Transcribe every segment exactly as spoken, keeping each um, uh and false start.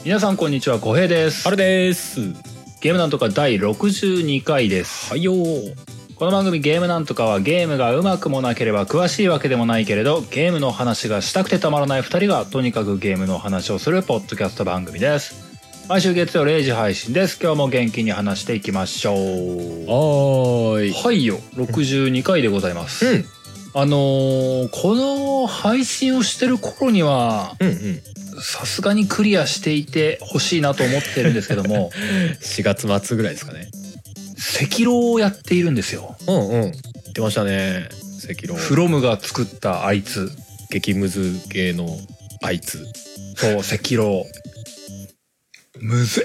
皆さんこんにちは、小平です。 あれです。 ゲームなんとかだいろくじゅうにかいです。 はいよ。 この番組ゲームなんとかは、ゲームがうまくもなければ詳しいわけでもないけれど、ゲームの話がしたくてたまらないふたりがとにかくゲームの話をするポッドキャスト番組です。毎週月曜れいじ配信です。今日も元気に話していきましょう。 はーい。 はいよ、ろくじゅうにかいでございます。うん。あのー、この配信をしてる頃には、うんうん。さすがにクリアしていてほしいなと思ってるんですけどもしがつ末ぐらいですかね。 赤狼をやっているんですよ。 うんうん。言ってましたね。赤狼。 フロムが作ったあいつ。 激ムズ系のあいつ。 そう、赤狼。むず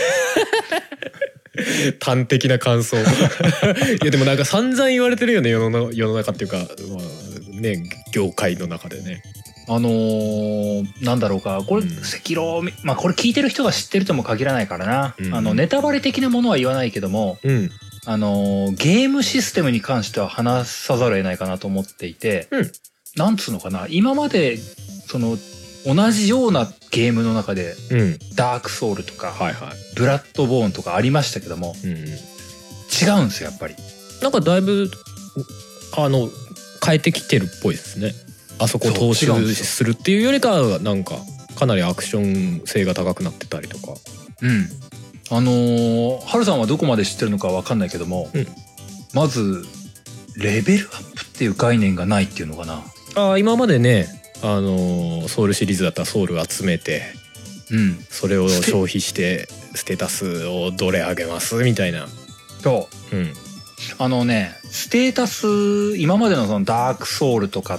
い。端的な感想。いやでもなんか散々言われてるよね、世の世の中っていうか、まあ、ね、業界の中でね。 あのー、なんだろうか、これ、うん、赤狼、まあこれ聞いてる人が知ってるとも限らないからな、うん、あのネタバレ的なものは言わないけども、うん、あのー、ゲームシステムに関しては話さざるを得ないかなと思っていて、うん、なんつうのかな、今までその同じようなゲームの中で、うん、ダークソウルとか、はいはい、ブラッドボーンとかありましたけども、うんうん、違うんですよやっぱり。なんかだいぶあの変えてきてるっぽいですね。あそこを投資するっていうよりかはなんかかなりアクション性が高くなってたりとか。 うん。あのー、ハルさんはどこまで知ってるのかわかんないけども、うん、まずレベルアップっていう概念がないっていうのかな。 ああ、今までね、あのー、ソウルシリーズだったらソウル集めて、うん、それを消費してステータスをどれ上げますみたいな。 そう。うん。あのね、ステータス、今までのそのダークソウルとかって、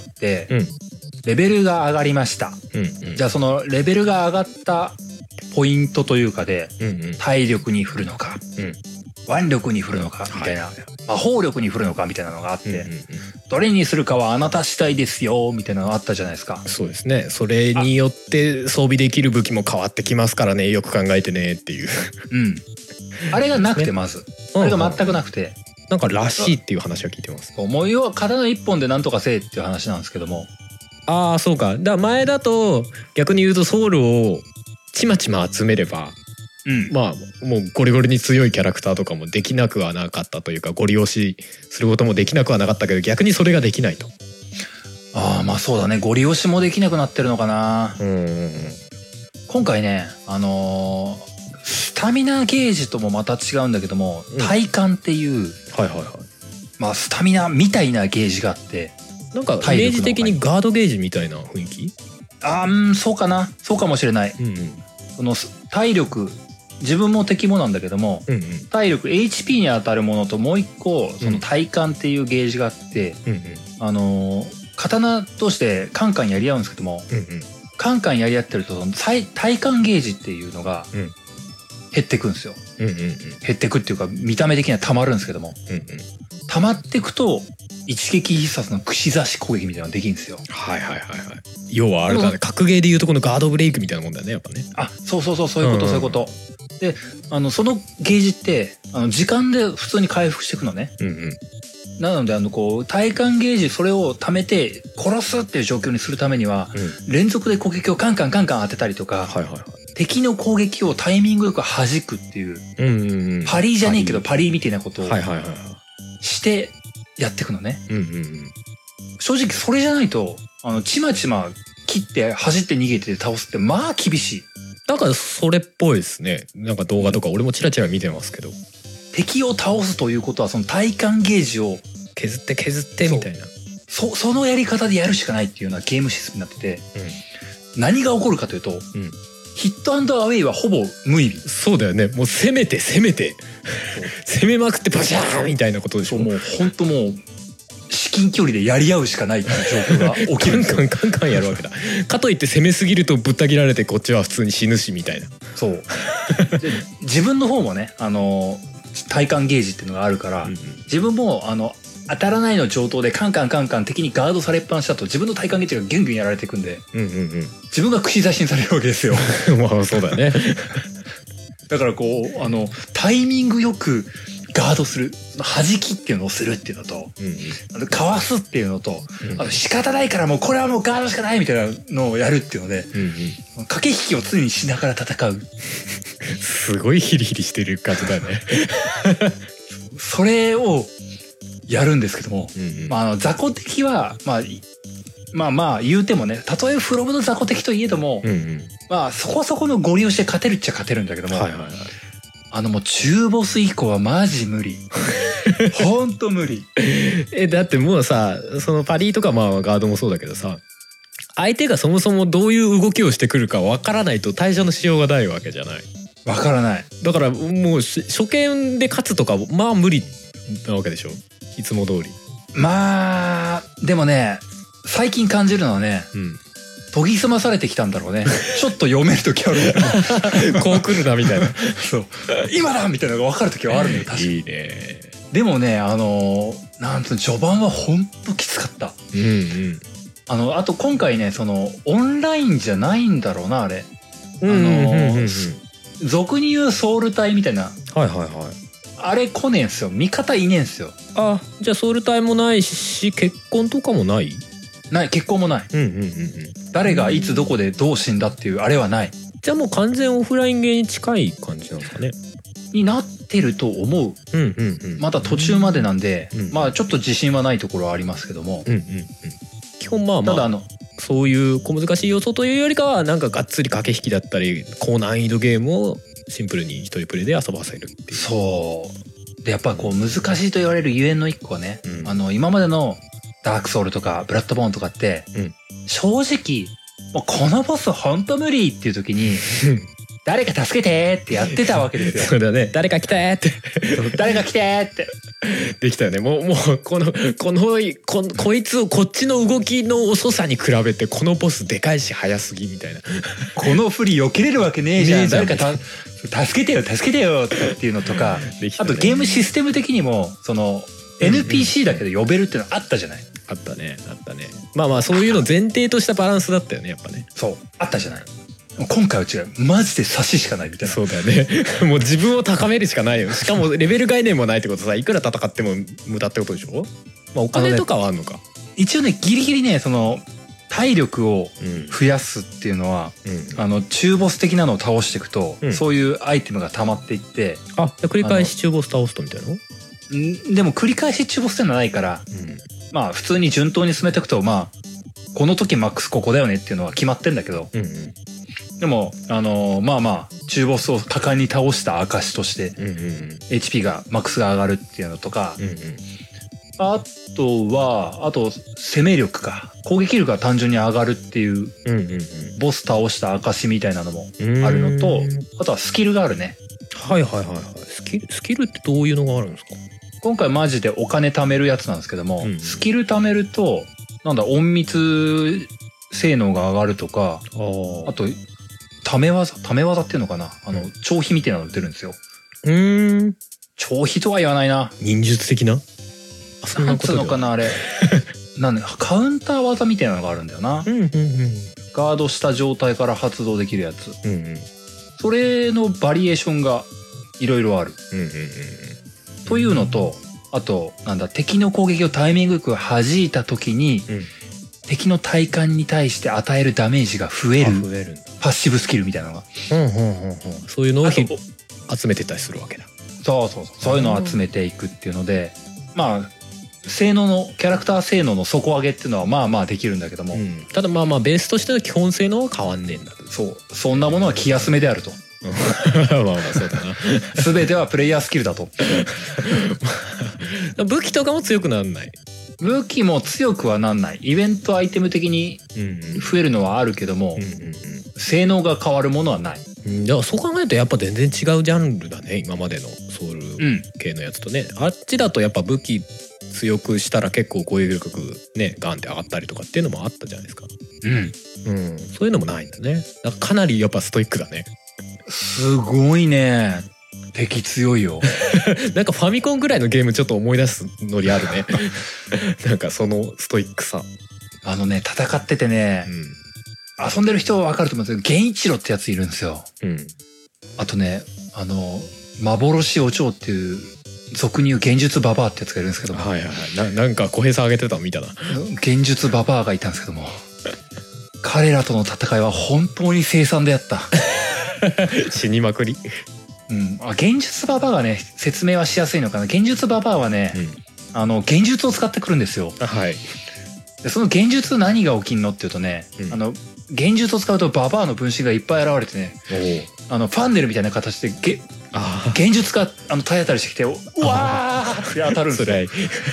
うん、レベルが上がりました、うんうん、じゃあそのレベルが上がったポイントというかで、うんうん、体力に振るのか、うん、腕力に振るのかみたいな、はい、魔法力に振るのかみたいなのがあって、うんうんうん、どれにするかはあなた次第ですよみたいなのがあったじゃないですか。 そうですね。それによって装備できる武器も変わってきますからね、よく考えてねっていう、 うん、あれがなくて、まずあれが全くなくて、 なんからしいっていう話は聞いてます。 もう要は刀一本でなんとかせえっていう話なんですけども。 ああ、そうか。だから前だと逆に言うとソウルをちまちま集めれば、うん、まあもうゴリゴリに強いキャラクターとかもできなくはなかったというか、ゴリ押しすることもできなくはなかったけど、逆にそれができないと。 ああ、まあそうだね。ゴリ押しもできなくなってるのかな。うん。今回ね、あのー、スタミナゲージともまた違うんだけども、うん、体感っていう、はいはいはい、まあスタミナみたいなゲージがあって、 なんかイメージ的にガードゲージみたいな雰囲気？ あー、うん、そうかな、そうかもしれない。うんうん、その体力、自分も敵もなんだけども、うんうん、体力 エイチピー に当たるものともう一個その体感っていうゲージがあって、うんうん、あのー、刀としてカンカンやり合うんですけども、うんうん、カンカンやり合ってるとその体感ゲージっていうのが、うん、減ってくんですよ、うんうんうん、減ってくっていうか見た目的には溜まるんですけども、うんうん、溜まってくと一撃必殺の串刺し攻撃みたいなのができるんですよ。 はいはいはいはい。要はあれだね、格ゲーでいうとこのガードブレイクみたいなもんだよね、やっぱね。 あ、そうそうそう、そういうこと、うんうん、そういうこと。で、あのそのゲージってあの時間で普通に回復していくのね。うんうん、なのであのこう体感ゲージそれを貯めて殺すっていう状況にするためには、うん、連続で攻撃をカンカンカンカン当てたりとか、はいはいはい、敵の攻撃をタイミングよく弾くっていう、うんうんうん、パリーじゃねえけどパリーみたいなことをしてやっていくのね。うんうんうん、正直それじゃないとあのちまちま切って走って逃げて倒すってまあ厳しい。 なんかそれっぽいですね。なんか動画とか俺もチラチラ見てますけど、 敵を倒すということはその体感ゲージを削って削ってみたいな、 そ, そ, そのやり方でやるしかないっていうようなゲームシステムになってて、うん、何が起こるかというと、うん、ヒットアンドアウェイはほぼ無意味。 そうだよね。もう攻めて攻めて攻めまくってバシャーみたいなことでしょ。 もう本当もう至近距離でやり合うしかないっていう状況が起きるんですよ。 カンカンカンカンやるわけだ。かといって攻めすぎるとぶった切られてこっちは普通に死ぬしみたいな。 そう。で自分の方もね、あの体感ゲージっていうのがあるから、うんうん、自分もあの当たらないの上等でカンカンカンカン敵にガードされっぱなしだと自分の体感ゲージがギュンギュンやられていくんで、うんうんうん、自分が串刺しにされるわけですよ。 まあそうだね。 だからこうあのタイミングよくガードする、弾きっていうのをするっていうのと、うんうん、あのかわすっていうのと、うん、あの仕方ないからもうこれはもうガードしかないみたいなのをやるっていうので、うんうん、駆け引きを常にしながら戦う。 すごいヒリヒリしてる感じだね。 それをやるんですけども、うんうん、まあ、あの雑魚敵は、まあ、まあまあ言うてもね、たとえフロムの雑魚敵といえども、うんうん、まあそこそこのゴリ押しで勝てるっちゃ勝てるんだけども、はいはいはい、あのもう中ボス以降はマジ無理。ほんと無理。 え、だってもうさ、そのパリーとかまあガードもそうだけどさ、相手がそもそもどういう動きをしてくるかわからないと対処のしようがないわけじゃない。 わからない。 だからもう初見で勝つとかまあ無理なわけでしょ、いつも通り。 まあでもね、最近感じるのはね、うん、研ぎ澄まされてきたんだろうね。ちょっと読める時あるんだよ。 こう来るなみたいな。 そう。今だみたいなのが分かる時はあるんだよ。確かに。いいね。でもね、あのなんつうの、序盤はほんときつかった。うんうん。あのあと今回ね、そのオンラインじゃないんだろうなあれ。あの俗に言うソウル隊みたいな。はいはいはい。あれ来ねえんすよ。味方いねえんすよ。 あ、じゃあソウル隊もないし結婚とかもない？ ない、結婚もない。うんうんうんうん。誰がいつどこでどう死んだっていうあれはない。 じゃあもう完全オフラインゲーに近い感じなんですかね。 になってると思う。うんうんうん。まだ途中までなんで、うん、まあちょっと自信はないところはありますけども。うんうんうん。基本まあまあ。ただあのそういう小難しい要素というよりかはなんかがっつり駆け引きだったり高難易度ゲームをシンプルに一人プレイで遊ばせるっていう。 そう。でやっぱこう難しいと言われるゆえんの一個はね、うん、あの今までのダークソウルとかブラッドボーンとかって、うん、正直もうこのボスほんと無理っていう時に誰か助けてってやってたわけですよ。 そうだね。誰か来てって誰か来てってできたよね。もうもうこのこの こ, こいつをこっちの動きの遅さに比べてこのボスでかいし早すぎみたいな。 この振り避けれるわけねえじゃん。誰かた助けてよ助けてよとかっていうのとか、ね、あとゲームシステム的にもその エヌピーシー だけで呼べるっていうのあったじゃない。 あったねあったね。まあまあそういうの前提としたバランスだったよねやっぱね。 そうあったじゃない。今回は違う。マジで差ししかないみたいな。 そうだよね。もう自分を高めるしかないよ。しかもレベル概念もないってことさ、いくら戦っても無駄ってことでしょ。まあお金とかはあるのか。 ね、一応ねギリギリねその体力を増やすっていうのは、うん、あの中ボス的なのを倒していくと、うん、そういうアイテムが溜まっていって。 あ、繰り返し中ボス倒すとみたいなの？ んでも繰り返し中ボスってのはないから、うん、まあ普通に順当に進めていくとまあこの時マックスここだよねっていうのは決まってんだけど。うんうん、でもあのー、まあまあ中ボスを果敢に倒した証として、うんうんうん、エイチピー がマックスが上がるっていうのとか、うんうん、あとはあと攻め力か攻撃力が単純に上がるっていう、うんうんうん、ボス倒した証みたいなのもあるのと、あとはスキルがあるね。 はいはいはいはい。スキル、スキルってどういうのがあるんですか？ 今回マジでお金貯めるやつなんですけども、うんうん、スキル貯めるとなんだ隠密性能が上がるとか、あ, あとため技ため技っていうのかな、あの超飛みたいなの出るんですよ。うーん。超飛とは言わないな。 忍術的な？ あ、そんなことなんつうのかなあれ。なんでカウンター技みたいなのがあるんだよな。うんうんうん。ガードした状態から発動できるやつ。うんうん。それのバリエーションがいろいろある。うんうんうん。というのと、あとなんだ敵の攻撃をタイミングよく弾いた時に、うん、敵の体感に対して与えるダメージが増えるパッシブスキルみたいなのが、うんうんうんうん、 そういうのを集めてたりするわけだ。 そうそうそう、そういうのを集めていくっていうので、まあ性能のキャラクター性能の底上げっていうのはまあまあできるんだけども、うん、 ただまあまあベースとしての基本性能は変わんねえんだ。 そうそんなものは気休めであると。まあまあそうだな。全てはプレイヤースキルだと。 武器とかも強くなんない。 武器も強くはなんない。イベントアイテム的に増えるのはあるけども、うんうんうん、性能が変わるものはない。 うん、だからそう考えるとやっぱ全然違うジャンルだね、今までのソウル系のやつとね、うん、あっちだとやっぱ武器強くしたら結構攻撃力ねガンって上がったりとかっていうのもあったじゃないですか。うん、うん、そういうのもないんだね。だからかなりやっぱストイックだね。 すごいね。敵強いよ。 なんかファミコンぐらいのゲームちょっと思い出すノリあるね。なんかそのストイックさ。 あのね戦っててね、うん、遊んでる人は分かると思うんですけど、源一郎ってやついるんですよ。うん、あとねあの幻お蝶っていう俗に言う幻術ババアってやつがいるんですけども、 はいはいはい、な, なんか小平さん上げてたの見たな。 幻術ババアがいたんですけども彼らとの戦いは本当に凄惨であった死にまくり。 うん、あ幻術ババアがね説明はしやすいのかな。幻術ババアはね、うん、あの幻術を使ってくるんですよ。 はい。 でその幻術何が起きんのっていうとね、うん、あの幻術を使うとババアの分身がいっぱい現れてね、あのファンネルみたいな形でげ幻術があの体当たりしてきてうわーって当たるんですよ。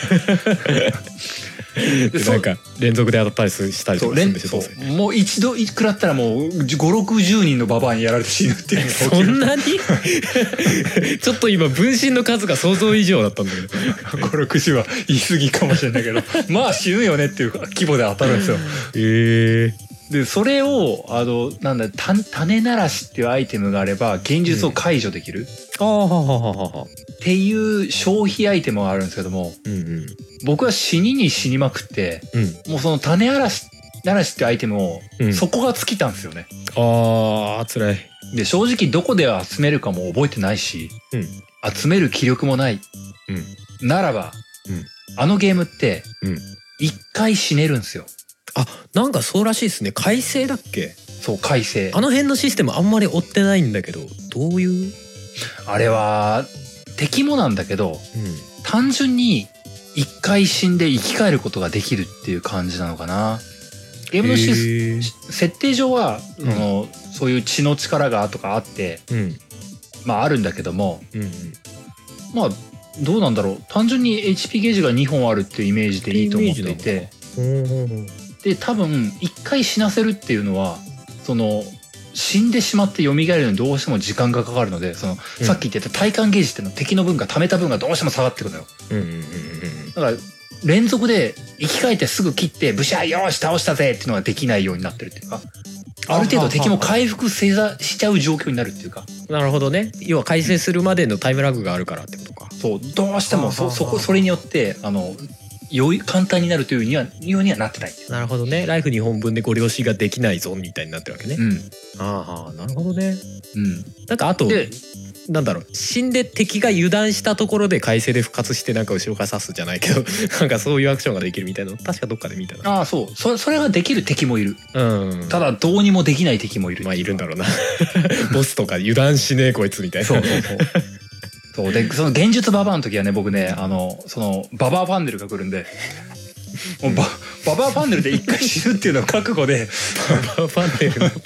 でなんか連続で当たったりしたりとかするんでしょ。 そうもう一度食らったらもうごろくじゅうにんのババアにやられて死ぬっていうのが起きる。 そんなにちょっと今分身の数が想像以上だったんだけどごろくじゅうは言い過ぎかもしれないけどまあ死ぬよねっていう規模で当たるんですよ。 へえ。 でそれをあのなんだ種ならしっていうアイテムがあれば幻術を解除できる、うん、あははははっていう消費アイテムがあるんですけども、うんうん、僕は死にに死にまくって、うん、もうその種嵐ならしっていうアイテムを、うん、そこが尽きたんですよね。 あー辛い。で正直どこで集めるかも覚えてないし、うん、集める気力もない、うん、ならば、うん、あのゲームって一、うん、回死ねるんですよ。 あ、なんかそうらしいですね。改正だっけ？ そう改正。 あの辺のシステムあんまり追ってないんだけど、どういう？ あれは敵もなんだけど、うん、単純に一回死んで生き返ることができるっていう感じなのかな。ゲームのシス設定上は、うん、そのそういう血の力がとかあって、うん、まああるんだけども、うんうん、まあどうなんだろう。単純に エイチピー ゲージがにほんあるっていうイメージでいいと思っていて。で多分一回死なせるっていうのはその死んでしまって蘇るのにどうしても時間がかかるので、その、うん、さっき言ってた体感ゲージっていうのは敵の分が溜めた分がどうしても下がってくるのよ。だから連続で生き返ってすぐ切ってブシャーよーし倒したぜっていうのができないようになってるっていうか、ある程度敵も回復せざしちゃう状況になるっていうか。 なるほどね。要は改正するまでのタイムラグがあるからってことか。 そうどうしてもそそこそれによってあのよい簡単になるというにはようにはなってない。 なるほどね。ライフにほんぶんでご了承ができないぞみたいになってるわけね。うん、ああなるほどね。うん。なんかあとなんだろう、死んで敵が油断したところで改正で復活してなんか後ろから刺すじゃないけどなんかそういうアクションができるみたいなの確かどっかで見たな。 ああそうそそれができる敵もいる。うん。ただどうにもできない敵もいる。 まあいるんだろうなボスとか油断しねえこいつみたいな。そうそうそうそうでその幻術ババアの時はね僕ねあのそのババアファンネルが来るんでもうバババアファンネルで一回死ぬっていうのを覚悟でババアファンネル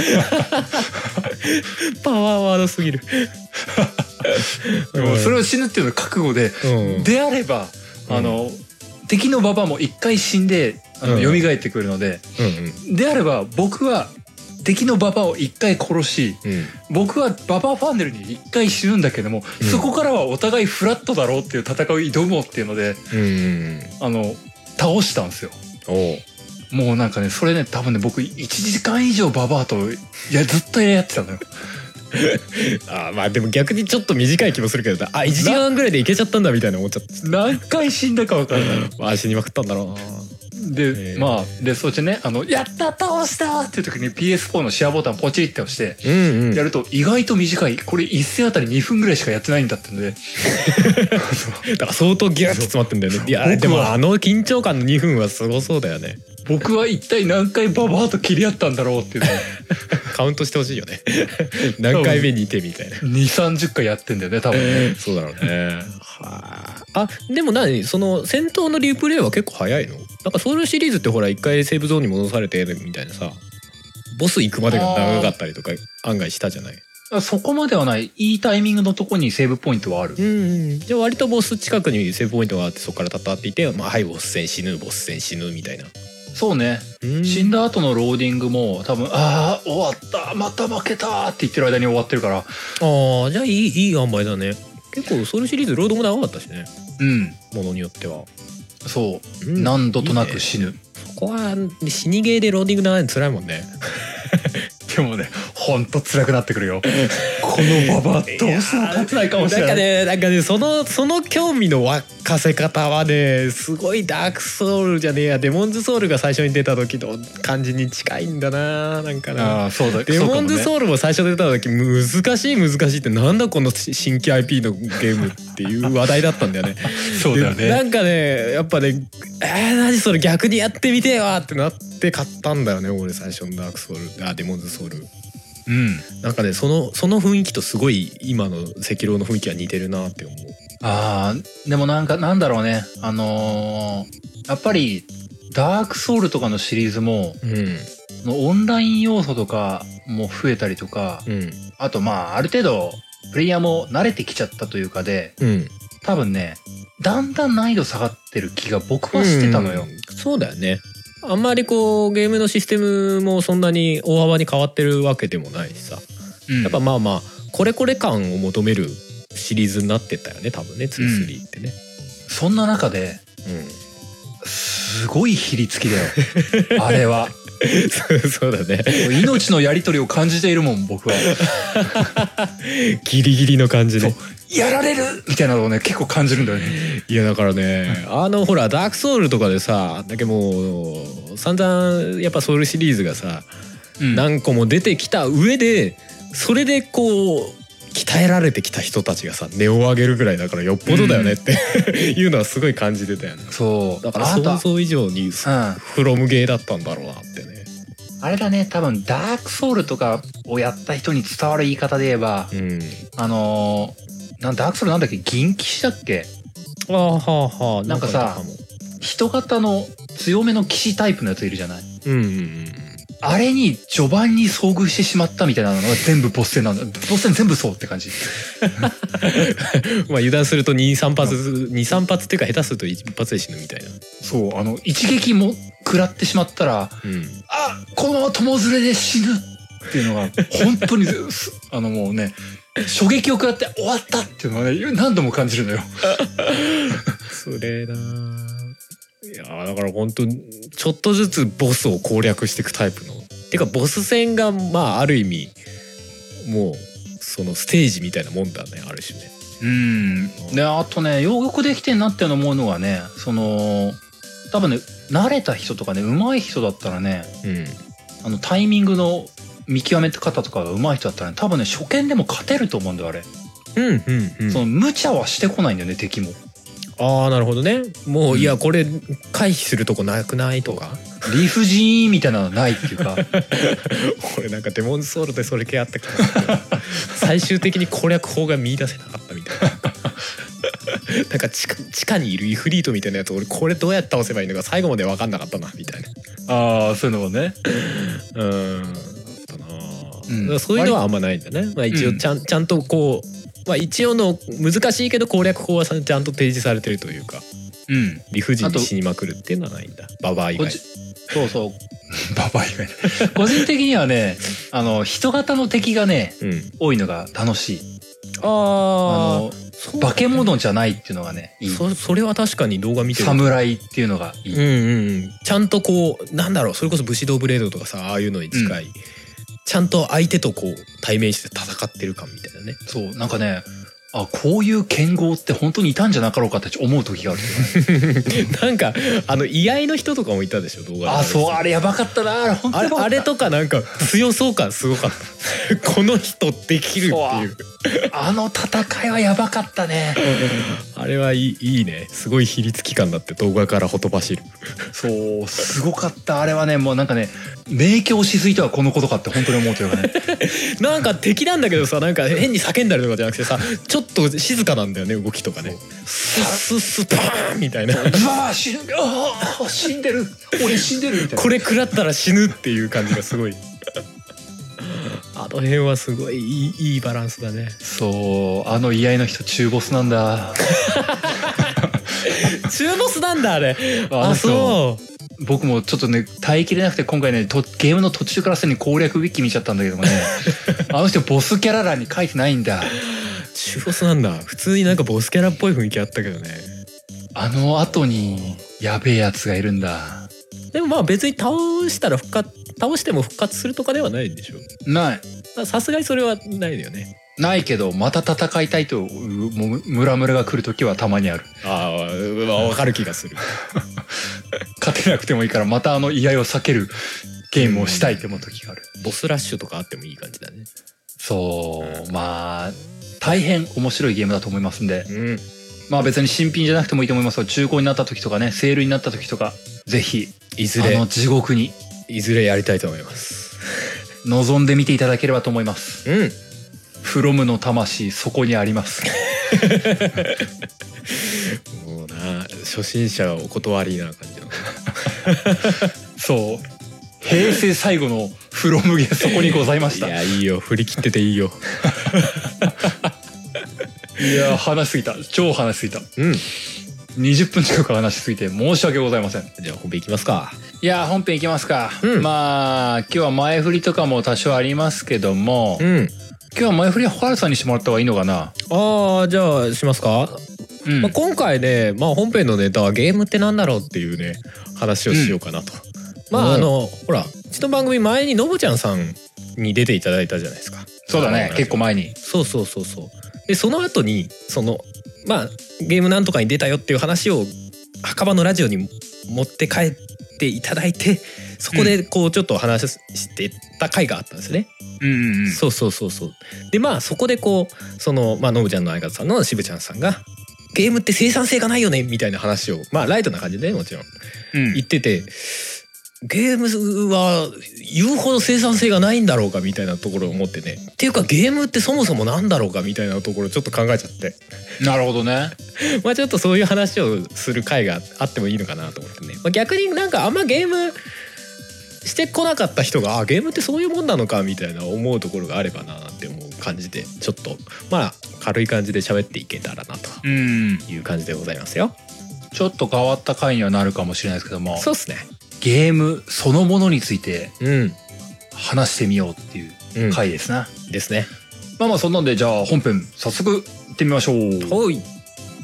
パワーワードすぎるでもそれを死ぬっていうのを覚悟で、うん、であればあの、うん、敵のババアも一回死んであの、うん、蘇ってくるので、うんうん、であれば僕は敵のババアを一回殺し、うん、僕はババアファンネルに一回死ぬんだけども、うん、そこからはお互いフラットだろうっていう戦いを挑もうっていうので、うん、あの倒したんですよ。おもうなんかねそれね多分ね僕いちじかん以上ババアといやずっとやってたのよあまあでも逆にちょっと短い気もするけどあいちじかんぐらいでいけちゃったんだみたいな思っちゃった何回死んだか分からないまあ死にまくったんだろうな。 でまあでそしてねあのやった倒したっていう時に ピーエスフォー のシェアボタンポチって押してやると意外と短いこれ一戦あたりにふんぐらいしかやってないんだってのでだから相当ギュッと詰まってんだよね。いやでもあの緊張感のにふんはすごそうだよね。 僕は一体何回ババアと切り合ったんだろうっていうのカウントしてほしいよね何回目にいてみたいなにじゅうさんじゅっかいやってんだよね多分ねそうだろうねはあ。でも何その戦闘のリプレイは結構早いの？なんかソウルシリーズってほら一回セーブゾーンに戻されてみたいなさボス行くまでが長かったりとか案外したじゃない。 そこまではない。いいタイミングのとこにセーブポイントはある。うん、 うん、じゃあ割とボス近くにセーブポイントがあってそこから戦っていて、まあ、はいボス戦死ぬボス戦死ぬみたいな。 そうね。死んだ後のローディングも多分ああ終わったまた負けたって言ってる間に終わってるから。ああじゃあいいいい塩梅だね。結構ソウルシリーズロードも長かったしね。うん。ものによっては。 そう、うん、何度となく死ぬ。いいね、 そこは死にゲーでローディング長いの辛いもんね。 でもねほんと辛くなってくるよ。このババどうしても勝てないかもしれない。 なんかね、なんかね、そのその興味の沸かせ方はね、すごいダークソウルじゃねえや、デモンズソウルが最初に出た時の感じに近いんだな、なんかな。 あ、そうだ。 デモンズソウルも最初出た時難しい難しいってなんだこの新規 アイピー のゲームっていう話題だったんだよね。 そうだよね。 なんかね、やっぱね、えー、何それ逆にやってみてよってなって買ったんだよね、俺最初のダークソウル、あ、デモンズソウル。 うん、なんかね、そのその雰囲気とすごい今の赤狼の雰囲気は似てるなって思う。 あー、でもなんかなんだろうね、あのー、やっぱりダークソウルとかのシリーズも、うん、オンライン要素とかも増えたりとか、うん、あとまあある程度プレイヤーも慣れてきちゃったというかで、うん、多分ねだんだん難易度下がってる気が僕はしてたのよ。 うん、そうだよね。あんまりこうゲームのシステムもそんなに大幅に変わってるわけでもないしさ、うん、やっぱまあまあこれこれ感を求めるシリーズになってったよね、多分ね、に、さんってね、 うん、そんな中で、うん、すごいひりつきだよあれは。 そうだね。 命のやり取りを感じているもん僕は。 ギリギリの感じで、 やられるみたいなのをね結構感じるんだよね。 いやだからね、あのほらダークソウルとかでさ、だけもう散々やっぱソウルシリーズがさ、うん、何個も出てきた上でそれでこう鍛えられてきた人たちがさ値を上げるぐらいだからよっぽどだよねって、うん、いうのはすごい感じてたよね。 そうだから想像以上に、うん、フロムゲーだったんだろうなってね。 あれだね、多分ダークソウルとかをやった人に伝わる言い方で言えば、うん、あのー、なんダークソウルなんだっけ、銀騎士だっけ。 ああはあはあ。 なんかさ、人型の強めの騎士タイプのやついるじゃない。うんうんうん。あれに序盤に遭遇してしまったみたいなのが全部ボス戦なんだ。ボス戦全部そうって感じ。 まあ油断するとに、さん発、に、さん発っていうか下手すると一発で死ぬみたいな。 そう、あの一撃も食らってしまったら、うん、あ、このまま友連れで死ぬっていうのが本当にあのもうね、衝撃を食らって終わったっていうのはね何度も感じるのよ。 それな。いやだから本当ちょっとずつボスを攻略していくタイプの、てかボス戦がまあある意味もうそのステージみたいなもんだね、ある種ね。 うん。であとねよくできてんなって思うのはね、その多分ね慣れた人とかね上手い人だったらね、うん、あのタイミングの見極め方とかが上手い人だったらね多分ね初見でも勝てると思うんだよあれ。うんうんうん。その無茶はしてこないんだよね敵も。 ああなるほどね。もう、うん、いやこれ回避するとこなくないとか理不尽みたいなのないっていうか。 俺なんかデモンズソウルでそれ系あったから最終的に攻略法が見出せなかったみたいな。なんか地下、地下にいるイフリートみたいなやつ俺これどうやって倒せばいいのか最後まで分かんなかったなみたいな。 ああそういうのもね。 うんうん、そういうのはあんまないんだね。まあ、一応ちゃん、うん、ちゃんとこうまあ、一応の難しいけど攻略法はちゃんと提示されてるというか、うん、理不尽に死にまくるっていうのはないんだ。ババア以外。 そうそうババア以外。個人的にはねあの人型の敵がね、うん、多いのが楽しい。ああの化け物じゃないっていうのがねいい。 そ, それは確かに動画見てる侍っていうのがいい、 うんうん、ちゃんとこうなんだろう、それこそ武士道ブレードとかさああいうのに近い、うん、ちゃんと相手とこう対面して戦ってる感みたいなね。 そうなんかね、あこういう剣豪って本当にいたんじゃなかろうかって思う時がある。 なんかあの居合の人とかもいたでしょ動画で。 あそうあれやばかったなあれ本当に。 あれあれとかなんか強そう感すごかった。この人できるっていう。 あの戦いはやばかったね。 あれはいい、いいね。すごい比率期間だって動画からほとばしる。 そうすごかったあれはね。もうなんかね明鏡止水とはこのことかって本当に思うというかね。 なんか敵なんだけどさなんか変に叫んだりとかじゃなくてさちょっと静かなんだよね動きとかね。スススパーンみたいな。うわ死ぬあ死んでる俺死んでるみたいな。 これ食らったら死ぬっていう感じがすごい。あの辺はすごいいい、いいバランスだね。 そうあの居合の人中ボスなんだ。 中ボスなんだあれ。あそう。 僕もちょっとね耐えきれなくて今回ねとゲームの途中からすでに攻略ウィキ見ちゃったんだけどもね。あの人ボスキャラ欄に書いてないんだ。 中ボスなんだ。普通になんかボスキャラっぽい雰囲気あったけどね。 あの後にやべえやつがいるんだ。 でもまあ別に倒したら復活倒しても復活するとかではないんでしょ。 ない。 さすがにそれはないだよね。 ないけどまた戦いたいとムラムラが来る時はたまにある。 ああ、分かる気がする。 勝てなくてもいいからまたあの居合を避けるゲームをしたいって思う時がある。 ボスラッシュとかあってもいい感じだね。 そう、うん、まあ大変面白いゲームだと思いますんで、 うん、 まあ別に新品じゃなくてもいいと思いますが、中古になった時とかね、セールになった時とかぜひいずれあの地獄にいずれやりたいと思います。 望んでみていただければと思います。 うん。 フロムの魂そこにあります。 もうな、初心者はお断りな感じの。 そう。平成最後のフロムゲそこにございました。 いや、いいよ、振り切ってていいよ。 いや、話しすぎた、超話しすぎた。 うん。 にじゅっぷん近く話しすぎて申し訳ございません。 じゃあ本編いきますか。 いや、本編いきますか。 うん、 まあ今日は前振りとかも多少ありますけども、 うん、 今日は前振りは原さんにしてもらった方がいいのかな。 ああ、じゃあしますか。うん、まあ、今回ね、まあ、本編のネタはゲームってなんだろうっていうね話をしようかなと。うん、まああのほら、うちの番組前にのぶちゃんさんに出ていただいたじゃないですか。 そうだね、結構前に。 そうそうそうそう。でその後にそのまあゲームなんとかに出たよっていう話を墓場のラジオに持って帰っていただいて、そこでこうちょっと話してた回があったんですね。 うんうんうん、 そうそうそうそう。でまあそこでこうそのまあのぶちゃんの相方さんのしぶちゃんさんがゲームって生産性がないよねみたいな話をまあライトな感じでねもちろん、うん、言ってて、ゲームは言うほど生産性がないんだろうかみたいなところを思ってね。っていうかゲームってそもそもなんだろうかみたいなところをちょっと考えちゃって。 なるほどね。 まあちょっとそういう話をする回があってもいいのかなと思ってね。まあ、逆になんかあんまゲームしてこなかった人があゲームってそういうもんなのかみたいな思うところがあればなって思う感じで、ちょっとまあ軽い感じで喋っていけたらなという感じでございますよ。 ちょっと変わった回にはなるかもしれないですけども。 そうですね。 ゲームそのものについて話してみようっていう回ですな、 うん、ですね。 まあまあそんなんでじゃあ本編早速行ってみましょう。 はい。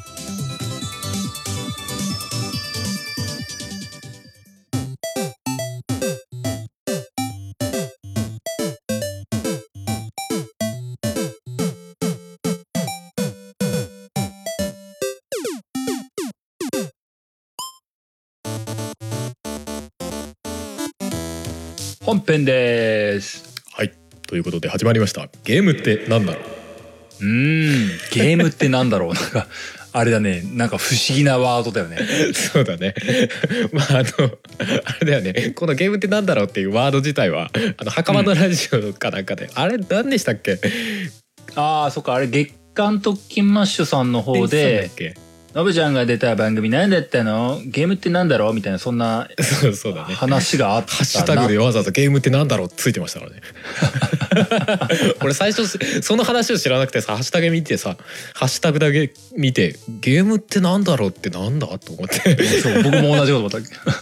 本編です。 はい、ということで始まりました。ゲームってなんだろう。 うーん、ゲームってなんだろう。なんかあれだね、なんか不思議なワードだよね。 そうだね。まああのあれだよね。このゲームってなんだろうっていうワード自体はあの墓場のラジオかなんかで、うん、あれ何でしたっけ。 ああ、そっか、あれ月刊特勤マッシュさんの方で。のぶちゃんが出た番組何だったの？ゲームってなんだろうみたいな、そんな話があったな。 ハッシュタグでわざわざゲームってなんだろうついてましたからね。俺最初その話を知らなくてさ、ハッシュタグ見てさ、ハッシュタグだけ見てゲームってなんだろうってなんだと思って。 そう、僕も同じこと思った。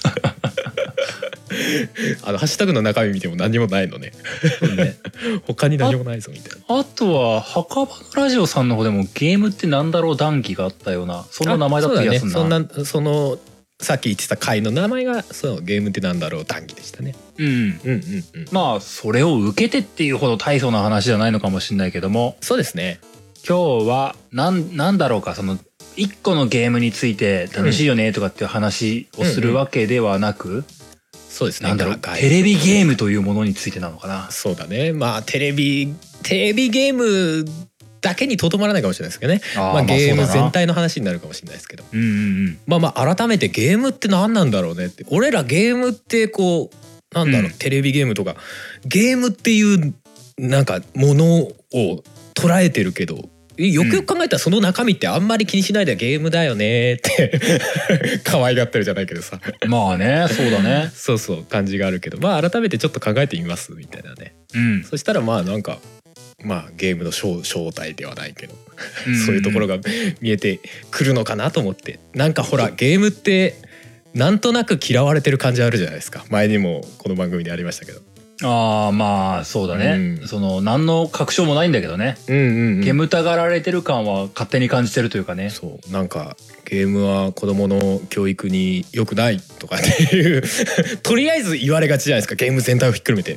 あのハッシュタグの中身見ても何もないのね。ね、他に何もないぞみたいな。あとは墓場のラジオさんの方でもゲームってなんだろう談義があったような、そんな名前だった気がするな。 そんなそのさっき言ってた回の名前がそうゲームってなんだろう談義でしたね。 うん、うんうんうん。まあそれを受けてっていうほど大層な話じゃないのかもしれないけども。 そうですね。 今日はなんなんだろうか、その一個のゲームについて楽しいよねとかっていう話をするわけではなく。うんうん、 そうですね。 なんだろう、テレビゲームというものについてなのかな。 そうだね。まあテレビテレビゲームだけにとどまらないかもしれないですけどね。あまあゲーム全体の話になるかもしれないですけど。 うんうんうん。 まあまあ改めてゲームって何なんだろうねって。俺らゲームってこうなんだろう、うん、テレビゲームとかゲームっていうなんかものを捉えてるけど。よくよく考えたらその中身ってあんまり気にしないでゲームだよねって可愛がってるじゃないけどさ。 まあね、そうだね。 そうそう感じがあるけど、まあ改めてちょっと考えてみますみたいなね。うん、そしたらまあなんかまあゲームの正正体ではないけど、うんうん、そういうところが見えてくるのかなと思って。なんかほらゲームってなんとなく嫌われてる感じあるじゃないですか。前にもこの番組でありましたけど。 ああ、まあそうだね、うん、その何の確証もないんだけどね、うんうんうん、煙たがられてる感は勝手に感じてるというかね。 そうなんかゲームは子どもの教育に良くないとかっていうとりあえず言われがちじゃないですか、ゲーム全体をひっくるめて。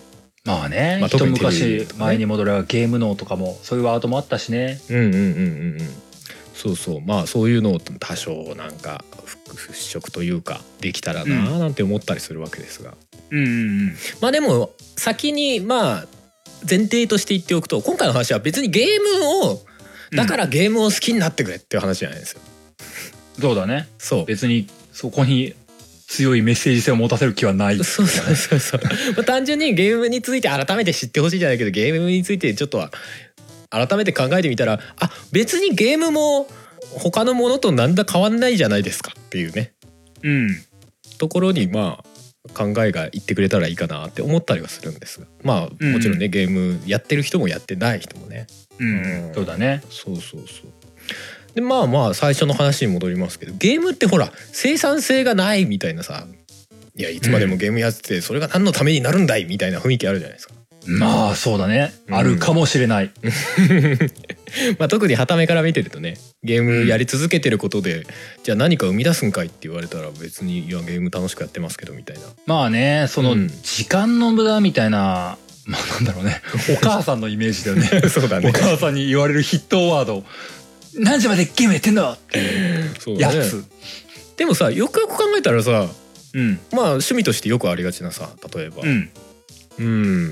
まあね、まあ、一昔前に戻ればゲーム脳とかもそういうワードもあったしね。 うんうんうんうんうん。そうそう、まあそういうのを多少なんか払拭というかできたらなーなんて思ったりするわけですが、 うんうんうん、 まあでも先にまあ前提として言っておくと、今回の話は別にゲームをだからゲームを好きになってくれっていう話じゃないですよ。 うん、そうだね。 そう、 別にそこに強いメッセージ性を持たせる気はない。 そうそうそうそうまあ単純にゲームについて改めて知ってほしいじゃないけど、ゲームについてちょっとは改めて考えてみたら、あ、別にゲームも他のものとなんだ変わんないじゃないですかっていうね、 うん、 ところにまあ考えがいってくれたらいいかなって思ったりはするんですが、まあもちろんね、うん、ゲームやってる人もやってない人もね、 うん、うん、そうだね。 そうそうそう。でまあまあ最初の話に戻りますけど、ゲームってほら生産性がないみたいなさ、いやいつまでもゲームやっててそれが何のためになるんだいみたいな雰囲気あるじゃないですか。 まあそうだね、うん、あるかもしれないまあ特に傍目から見てるとね、ゲームやり続けてることで、うん、じゃあ何か生み出すんかいって言われたら別にいやゲーム楽しくやってますけどみたいな。まあね、その時間の無駄みたいな、うん、まあなんだろうねお母さんのイメージだよねそうだね、お母さんに言われる筆頭ワード、何時までゲームやってんだっていうやつ、ね、 でもさよくよく考えたらさ、うん、まあ趣味としてよくありがちなさ、例えば、うんうん、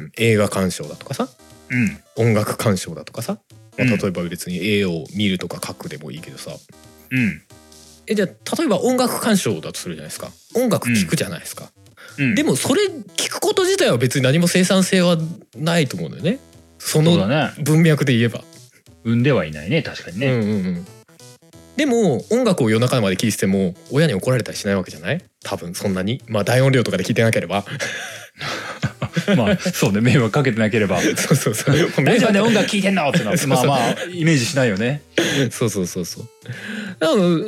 映画鑑賞だとかさ、うん、音楽鑑賞だとかさ、まあ、例えば別に絵を見るとか書くでもいいけどさ、うん、えじゃあ例えば音楽鑑賞だとするじゃないですか。音楽聴くじゃないですか、うん、でもそれ聞くこと自体は別に何も生産性はないと思うんだよね、その文脈で言えば。 生んではいないね、確かにね、うんうんうん、 でも音楽を夜中まで聴いてても親に怒られたりしないわけじゃない、多分そんなに、まあ大音量とかで聴いてなければまあそうね、迷惑かけてなければそうそうそう、 何時まで音楽聴いてんのってのはまあまあイメージしないよねそうそうそうそう、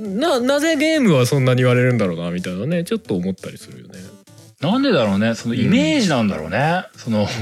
な, なぜゲームはそんなに言われるんだろうなみたいなね、ちょっと思ったりするよね。 なんでだろうね、そのイメージなんだろうね、うん、その、うん、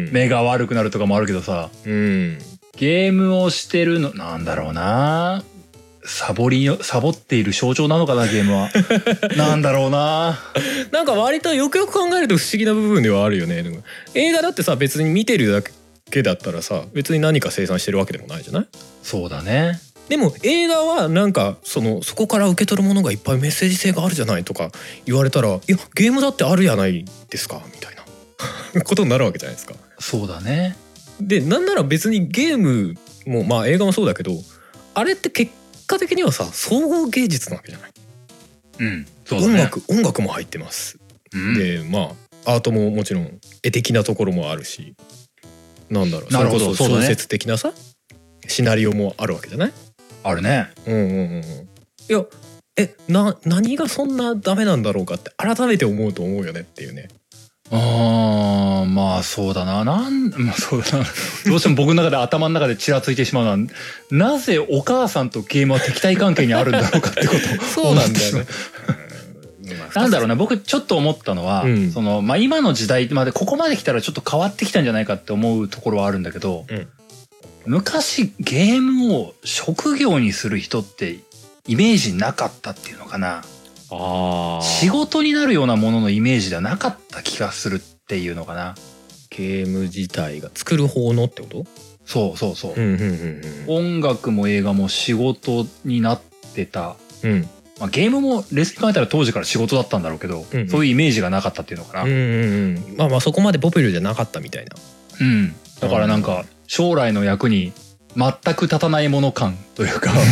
目が悪くなるとかもあるけどさ、うん、ゲームをしてるのなんだろうな、サボりサボっている象徴なのかなゲームはなんだろうな、 なんか割とよくよく考えると不思議な部分ではあるよね。映画だってさ別に見てるだけだったらさ別に何か生産してるわけでもないじゃない。 そうだね。 でも映画はなんかそのそこから受け取るものがいっぱいメッセージ性があるじゃないとか言われたら、いやゲームだってあるやないですかみたいなことになるわけじゃないですか。 そうだね。 でなんなら別にゲームもまあ映画もそうだけど、あれって結果的にはさ総合芸術なわけじゃない。 うん、そうだね。 音楽音楽も入ってます、うん、でまあアートももちろん絵的なところもあるし、なんだろう、それこそ小説的なさ、ね、シナリオもあるわけじゃない。 あるね。 うんうんうんうん。いやえな何がそんなダメなんだろうかって改めて思うと思うよねっていうね。 あーまあそうだな、なんまあそうだなどうしても僕の中で頭の中でちらついてしまうのは、なぜお母さんとゲームは敵対関係にあるんだろうかってことそうなんだよねなんだろうね、僕ちょっと思ったのは、うん、そのまあ今の時代までここまで来たらちょっと変わってきたんじゃないかって思うところはあるんだけど、うん、昔ゲームを職業にする人ってイメージなかったっていうのかな。あ、仕事になるようなもののイメージではなかった気がするっていうのかな。 ゲーム自体が作る方のってこと？ そうそうそう。うんうんうんうん、音楽も映画も仕事になってた。うん、まあ、ゲームもレスに考えたら当時から仕事だったんだろうけど、うんうん、そういうイメージがなかったっていうのかな。うんうんうん、まあまあそこまでポピュラーじゃなかったみたいな。 うん。だからなんか将来の役に全く立たないもの感というか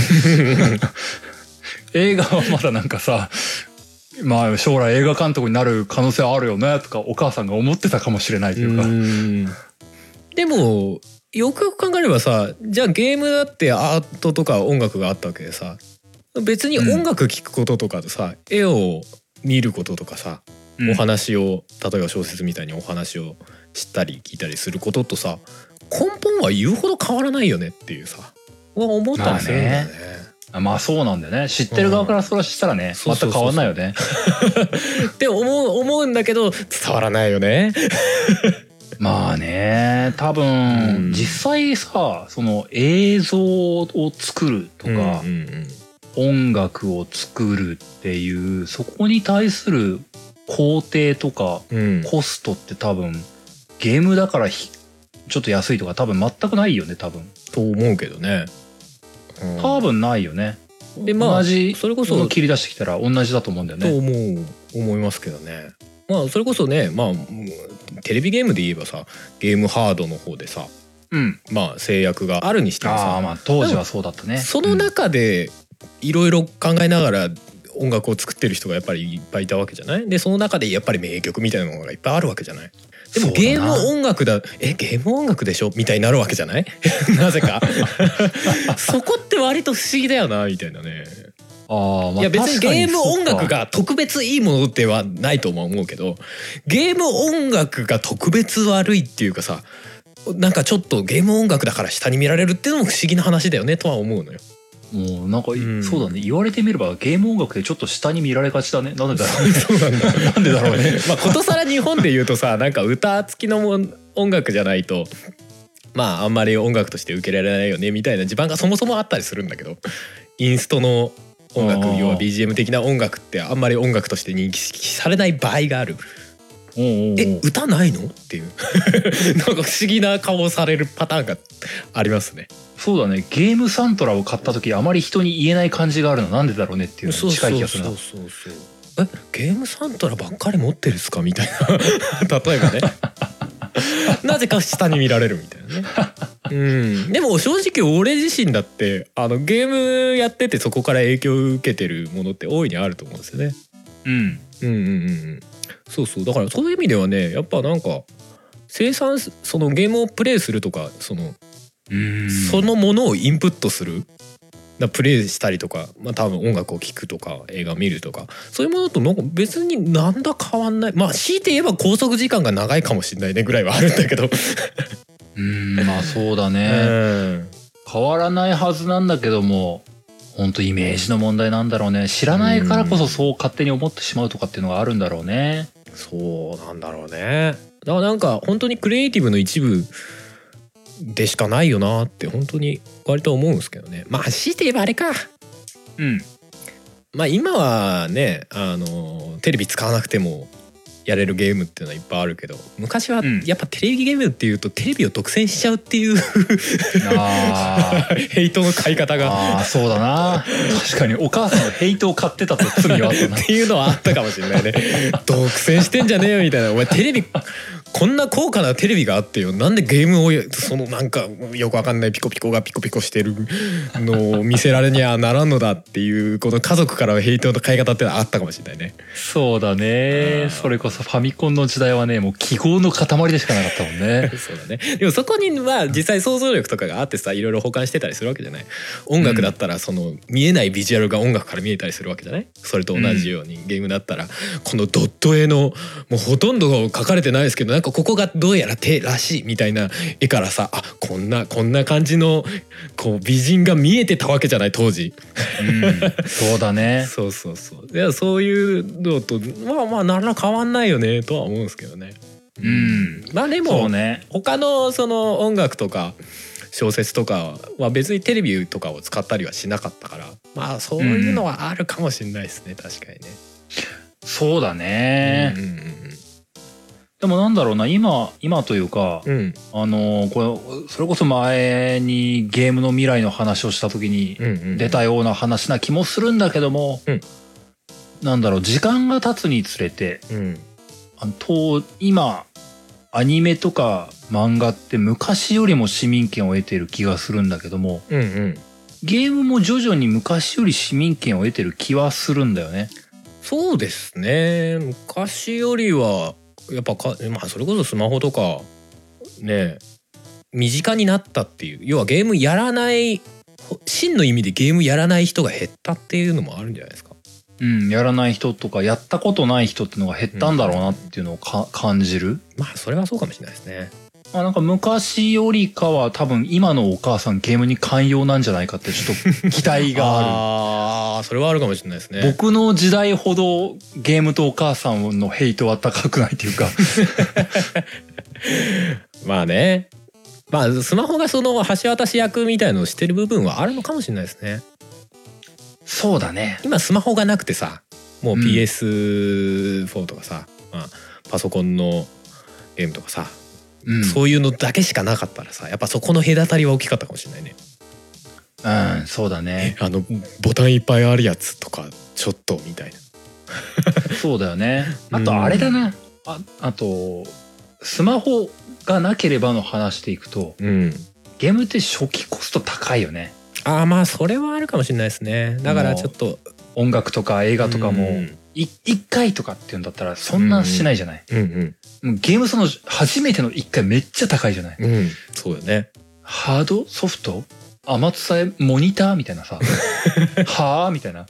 映画はまだなんかさ、まあ将来映画監督になる可能性あるよねとかお母さんが思ってたかもしれないというか。うーん、 でもよくよく考えればさ、じゃあゲームだってアートとか音楽があったわけでさ、別に音楽聴くこととかとさ、うん、絵を見ることとかさ、うん、お話を例えば小説みたいにお話を知ったり聞いたりすることとさ根本は言うほど変わらないよねっていうさ思ったりするんだよね。 まあ、まあそうなんだよね。知ってる側からそれしたらね、うん、全く変わんないよねって思う思うんだけど伝わらないよねまあね、多分、うん、実際さその映像を作るとか、うんうんうん、音楽を作るっていうそこに対する工程とか、うん、コストって多分ゲームだからちょっと安いとか多分全くないよね多分。 と思うけどね。 うん、多分ないよね。でまあ同じそれこそ切り出してきたら同じだと思うんだよね。 と思う思いますけどね。まあそれこそね、まあテレビゲームで言えばさ、ゲームハードの方でさ、うん、まあ制約があるにしてもさ、 あまあ当時はそうだったね。 その中でいろいろ考えながら音楽を作ってる人がやっぱりいっぱいいたわけじゃない。でその中でやっぱり名曲みたいなものがいっぱいあるわけじゃない。でもゲーム音楽だ、えゲーム音楽でしょみたいになるわけじゃないなぜかそこって割と不思議だよなみたいなね。あ、まあ、いや別にゲーム音楽が特別いいものではないと思うけど、ゲーム音楽が特別悪いっていうかさ、なんかちょっとゲーム音楽だから下に見られるっていうのも不思議な話だよねとは思うのよ。 もうなんか、うん、そうだね、言われてみればゲーム音楽でちょっと下に見られがちだね。なんでだろうねそうなんだなんでだろうねまあことさら日本で言うとさ、なんか歌付きの音楽じゃないとまああんまり音楽として受けられないよねみたいな地盤がそもそもあったりするんだけど、インストの音楽、要は ビージーエム 的な音楽ってあんまり音楽として認識されない場合がある。おうおうおう、え歌ないのっていうなんか不思議な顔をされるパターンがありますね。 そうだね、ゲームサントラを買った時あまり人に言えない感じがあるのなんでだろうねっていうのに近い気がするな。そうそうそうそう、えゲームサントラばっかり持ってるっすかみたいな例えばねなぜか下に見られるみたいなねうん、でも正直俺自身だってあのゲームやっててそこから影響を受けてるものって大いにあると思うんですよね。うん、うんうんうんうんそうそう、だからそういう意味ではね、やっぱなんか生産そのゲームをプレイするとか、そのそのものをインプットする、プレイしたりとか、まあ多分音楽を聴くとか映画見るとか、そういうものとなんか別になんだ変わんない。まあ強いて言えば拘束時間が長いかもしれないねぐらいはあるんだけどうーん、まあそうだね、変わらないはずなんだけども、本当イメージの問題なんだろうね。知らないからこそそう勝手に思ってしまうとかっていうのがあるんだろうね。 そうなんだろうね。だからなんか本当にクリエイティブの一部でしかないよなって本当に割と思うんですけどね。まあ強いて言えばあれか。うん。まあ今はね、あのテレビ使わなくてもやれるゲームっていうのはいっぱいあるけど、昔はやっぱテレビゲームっていうとテレビを独占しちゃうっていうあヘイトの買い方が。 あそうだな、確かにお母さんのヘイトを買ってたと罪はあったなっていうのはあったかもしれないね独占してんじゃねえよみたいな。お前テレビこんな高価なテレビがあってよ、なんでゲームをそのなんかよくわかんないピコピコがピコピコしてるのを見せられにゃならんのだっていうこの家族からのヘイトの買い方ってのはあったかもしれないね。 そうだね、それこそファミコンの時代はね、もう記号の塊でしかなかったもんねそうだね。でもそこには実際想像力とかがあってさ、いろいろ保管してたりするわけじゃない。音楽だったらその見えないビジュアルが音楽から見えたりするわけじゃない。それと同じように、うん、ゲームだったらこのドット絵のもうほとんど書かれてないですけど、なんかここがどうやら手らしいみたいな絵からさ、あこんなこんな感じのこう美人が見えてたわけじゃない当時、 うん、そうだねそうそうそう。でそういうのとまあまあ何ら変わんないよねとは思うんですけどね。うん、まあでも、ね、他のその音楽とか小説とかは別にテレビとかを使ったりはしなかったから、まあそういうのはあるかもしれないですね、うん、確かにね。 そうだね、うんうんうん、でもなんだろうな、今今というか、うん、あのこれそれこそ前にゲームの未来の話をした時に出たような話な気もするんだけども、うん、なんだろう、時間が経つにつれて、うん、あのと今アニメとか漫画って昔よりも市民権を得ている気がするんだけども、うんうん、ゲームも徐々に昔より市民権を得てる気はするんだよね。 そうですね、昔よりはやっぱか、まあ、それこそスマホとかね身近になったっていう、要はゲームやらない真の意味でゲームやらない人が減ったっていうのもあるんじゃないですか。 うん、やらない人とかやったことない人っていうのが減ったんだろうなっていうのをか、うん、感じる。 まあそれはそうかもしれないですね。 まあ、なんか昔よりかは多分今のお母さんゲームに寛容なんじゃないかってちょっと期待があるああそれはあるかもしれないですね。 僕の時代ほどゲームとお母さんのヘイトは高くないっていうかまあね、まあスマホがその橋渡し役みたいのをしてる部分はあるのかもしれないですね。 そうだね。 今スマホがなくてさ、もう ピーエスフォー とかさ、うん、まあ、パソコンのゲームとかさうん、そういうのだけしかなかったらさ、やっぱそこの隔たりは大きかったかもしれないね。 うん、そうだね。 あのボタンいっぱいあるやつとかちょっとみたいな。 そうだよね。あとあれだな、あ, あとスマホがなければの話でいくと、うん、ゲームって初期コスト高いよね。 ああ、まあそれはあるかもしれないですね。だからちょっと音楽とか映画とかもいっかいとかっていうんだったらそんなしないじゃない。うんうんうん、ゲームその初めてのいっかいめっちゃ高いじゃない。うん、 そうよね。 ハードソフト天津さえモニターみたいなさはあみたいな。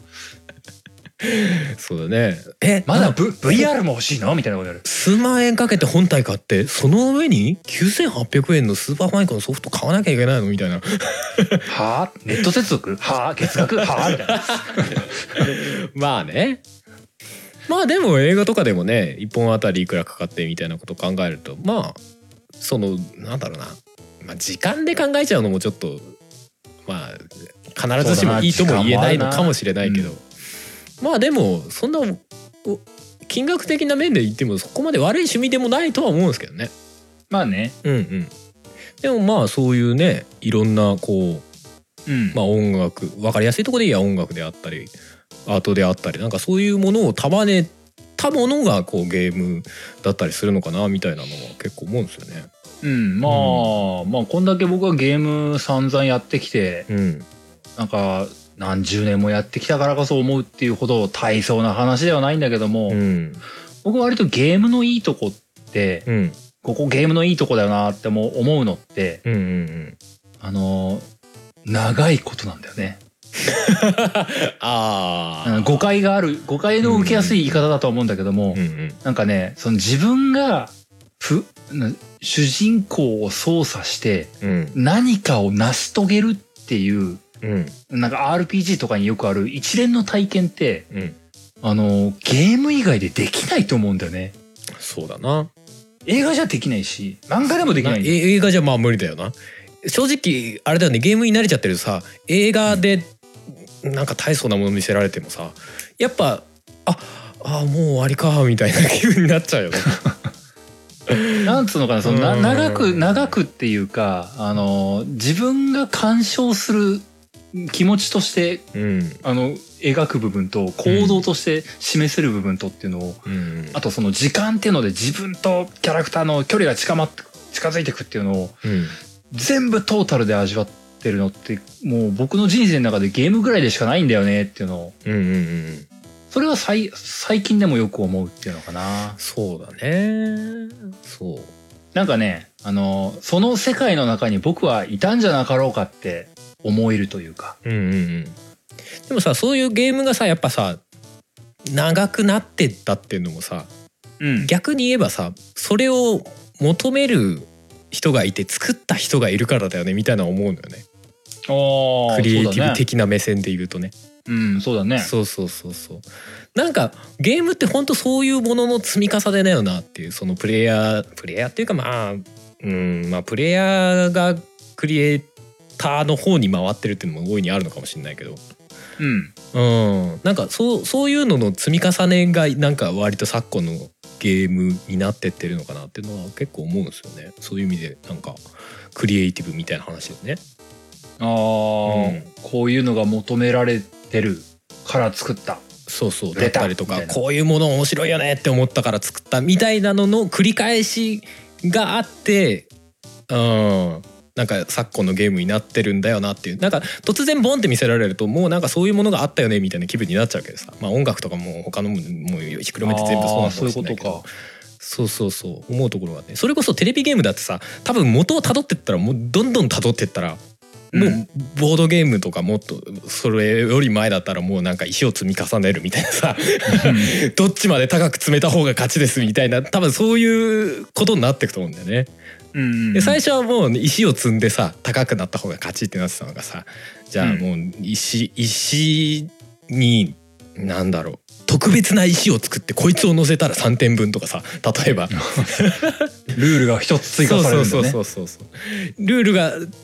そうだね。 え、まだ、v、ブイアール も欲しいのみたいなことやる。 数万円かけて本体買ってその上にきゅうせんはっぴゃくえんのスーパーファミコンのソフト買わなきゃいけないのみたいな。 はあ、ネット接続はあ、月額はあみたいな。 まあね。まあでも映画とかでもね、いっぽんあたりいくらかかってみたいなことを考えると、まあそのなんだろうな、まあ、時間で考えちゃうのもちょっとまあ必ずしもいいとも言えないのかもしれないけど、うん、まあでもそんな金額的な面で言ってもそこまで悪い趣味でもないとは思うんですけどね。 まあね。 うんうん。でもまあそういうね、いろんなこう、うん、まあ音楽、分かりやすいところでいや音楽であったりアートであったり、なんかそういうものを束ねたものがこうゲームだったりするのかなみたいなのは結構思うんですよね。 うん、まあ、うん、まあこんだけ僕はゲーム散々やってきて、うん、なんか何十年もやってきたからこそ思うっていうほど大層な話ではないんだけども、うん、僕は割とゲームのいいとこって、うん、ここゲームのいいとこだよなっても思うのって、うんうんうん、あの長いことなんだよね。あ誤解がある、誤解の受けやすい言い方だと思うんだけども、うんうん、なんかね、その自分がふ主人公を操作して何かを成し遂げるっていう、うん、なんか アールピージー とかによくある一連の体験って、うん、あのゲーム以外でできないと思うんだよね。 そうだな。 映画じゃできないし漫画でもできない。 映画じゃまあ無理だよな。正直あれだよね、ゲームに慣れちゃってるとさ、映画でなんか大層なもの見せられてもさ、やっぱああもう終わりかみたいな気分になっちゃうよね。 なんつうのかな、そのな長く長くっていうか、あの自分が鑑賞する気持ちとして、うん、あの描く部分と行動として示せる部分とっていうのを、うん、あとその時間っていうので自分とキャラクターの距離が近まって近づいていくっていうのを、うん、全部トータルで味わってるのってもう僕の人生の中でゲームぐらいでしかないんだよねっていうのを、うんうんうん、それは最最近でもよく思うっていうのかな。 そうだね。そう。 なんかね、あのその世界の中に僕はいたんじゃなかろうかって思えるというか。うんうんうん。 でもさ、そういうゲームがさやっぱさ長くなってったっていうのもさ、うん、逆に言えばさそれを求める人がいて作った人がいるからだよねみたいな思うんだよね。あクリエイティブ的な目線で言うとね。 うん、そうだね。 そうそうそうそう。なんかゲームって本当そういうものの積み重ねだよなっていう、そのプレイヤープレイヤーっていうかまあうんまあプレイヤーがクリエイターの方に回ってるっていうのも大いにあるのかもしれないけど。うん。うん。なんかそうそういうのの積み重ねがなんか割と昨今のゲームになってってるのかなっていうのは結構思うんですよね。そういう意味でなんかクリエイティブみたいな話ですね。 ああ、うん、こういうのが求められてるから作った。 そうそうだったりとか、こういうもの面白いよねって思ったから作ったみたいなのの繰り返しがあって、うん、なんか昨今のゲームになってるんだよなっていう、なんか突然ボンって見せられるともうなんかそういうものがあったよねみたいな気分になっちゃうけどさ、まあ音楽とかも他のももうひっくるめて全部そうなんかもしれないけど。そうそうそう思うところはね、それこそテレビゲームだってさ多分元をたどってったらもうどんどんたどってったらもうボードゲームとかもっとそれより前だったらもうなんか石を積み重ねるみたいなさどっちまで高く積めた方が勝ちですみたいな多分そういうことになっていくと思うんだよね。で最初はもう石を積んでさ高くなった方が勝ちってなってたのがさ、じゃあもう石石になんだろう特別な石を作ってこいつを乗せたらさんてんぶんとかさ、例えばルールが一つ追加されるんだね。 そうそうそうそうそうルールが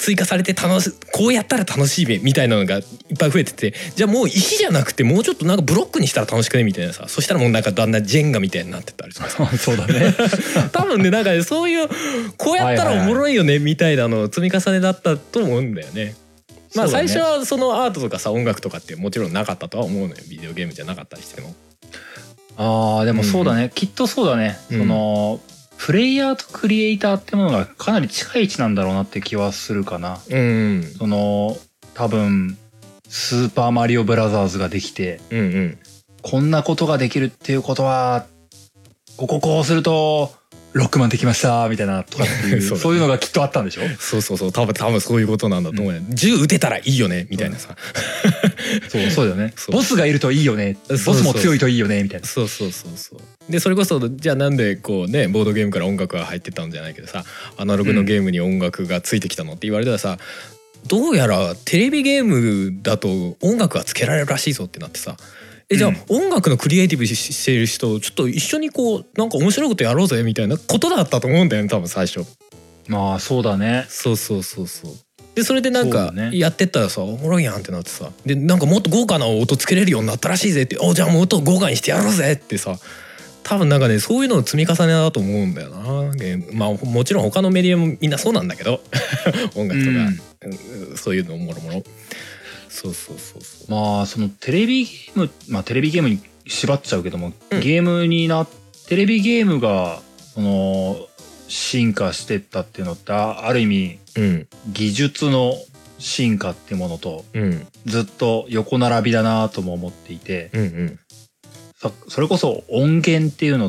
追加されて楽しこうやったら楽しいべみたいなのがいっぱい増えてて、じゃあもう石じゃなくてもうちょっとなんかブロックにしたら楽しくねみたいなさ、そしたらもうなんかだんだんジェンガみたいになってたりとかさそうだね多分ねなんかねそういうこうやったらおもろいよねみたいなの積み重ねだったと思うんだよね。まあ最初はそのアートとかさ音楽とかってもちろんなかったとは思うのよ、ビデオゲームじゃなかったりしても。 あーでもそうだね、うん、きっとそうだね、うん、そのプレイヤーとクリエイターってものがかなり近い位置なんだろうなって気はするかな。うん、その多分スーパーマリオブラザーズができて、うんうん、こんなことができるっていうことはこここうするとロックマンできましたみたいなとかっていうそう、そういうのがきっとあったんでしょ。 そうそうそう、多分多分そういうことなんだと思うよ、うん、銃撃てたらいいよねみたいなさ、 うん、そうそうだよねボスがいるといいよね、ボスも強いといいよねみたいな。 そうそうそうそうでそれこそじゃあなんでこうねボードゲームから音楽が入ってったんじゃないけどさ、アナログのゲームに音楽がついてきたのって言われたらさ、うん、どうやらテレビゲームだと音楽がつけられるらしいぞってなってさ、えじゃあ音楽のクリエイティブしている人ちょっと一緒にこうなんか面白いことやろうぜみたいなことだったと思うんだよね多分最初。 まあそうだね。 そうそうそうそう。でそれでなんかやってったらさおもろいやんってなってさ、でなんかもっと豪華な音つけれるようになったらしいぜって、おじゃあもっと豪華にしてやろうぜってさ、多分なんかねそういうのの積み重ねだと思うんだよなゲーム。まあもちろん他のメディアもみんなそうなんだけど音楽とか、うん、そういうのもろもろ。そうそうそうそう。 まあそのテレビゲーム、まあテレビゲームに縛っちゃうけども、うん、ゲームになテレビゲームがその進化してったっていうのってある意味、うん、技術の進化ってものと、うん、ずっと横並びだなとも思っていて、うんうん、それこそ音源っていうのって、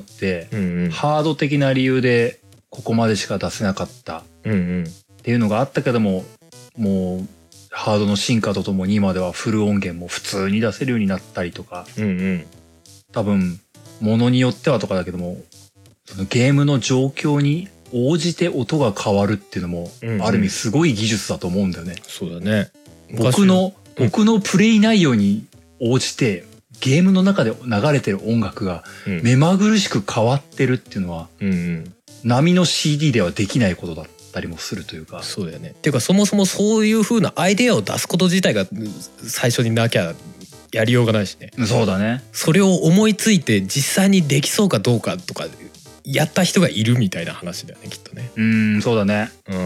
うんうん、ハード的な理由でここまでしか出せなかったっていうのがあったけども、もうハードの進化とともに今ではフル音源も普通に出せるようになったりとか、うんうん、多分ものによってはとかだけども、そのゲームの状況に応じて音が変わるっていうのも、うんうん、ある意味すごい技術だと思うんだよね。 そうだね。 僕の、うん、僕のプレイ内容に応じてゲームの中で流れてる音楽が目まぐるしく変わってるっていうのは、うんうん、波の シーディー ではできないことだったりもするというか。 そうだよね。っていうかそもそもそういう風なアイデアを出すこと自体が最初になきゃやりようがないしね。 そうだね。 それを思いついて実際にできそうかどうかとかやった人がいるみたいな話だよねきっとね。 うーん、そうだね。 うん。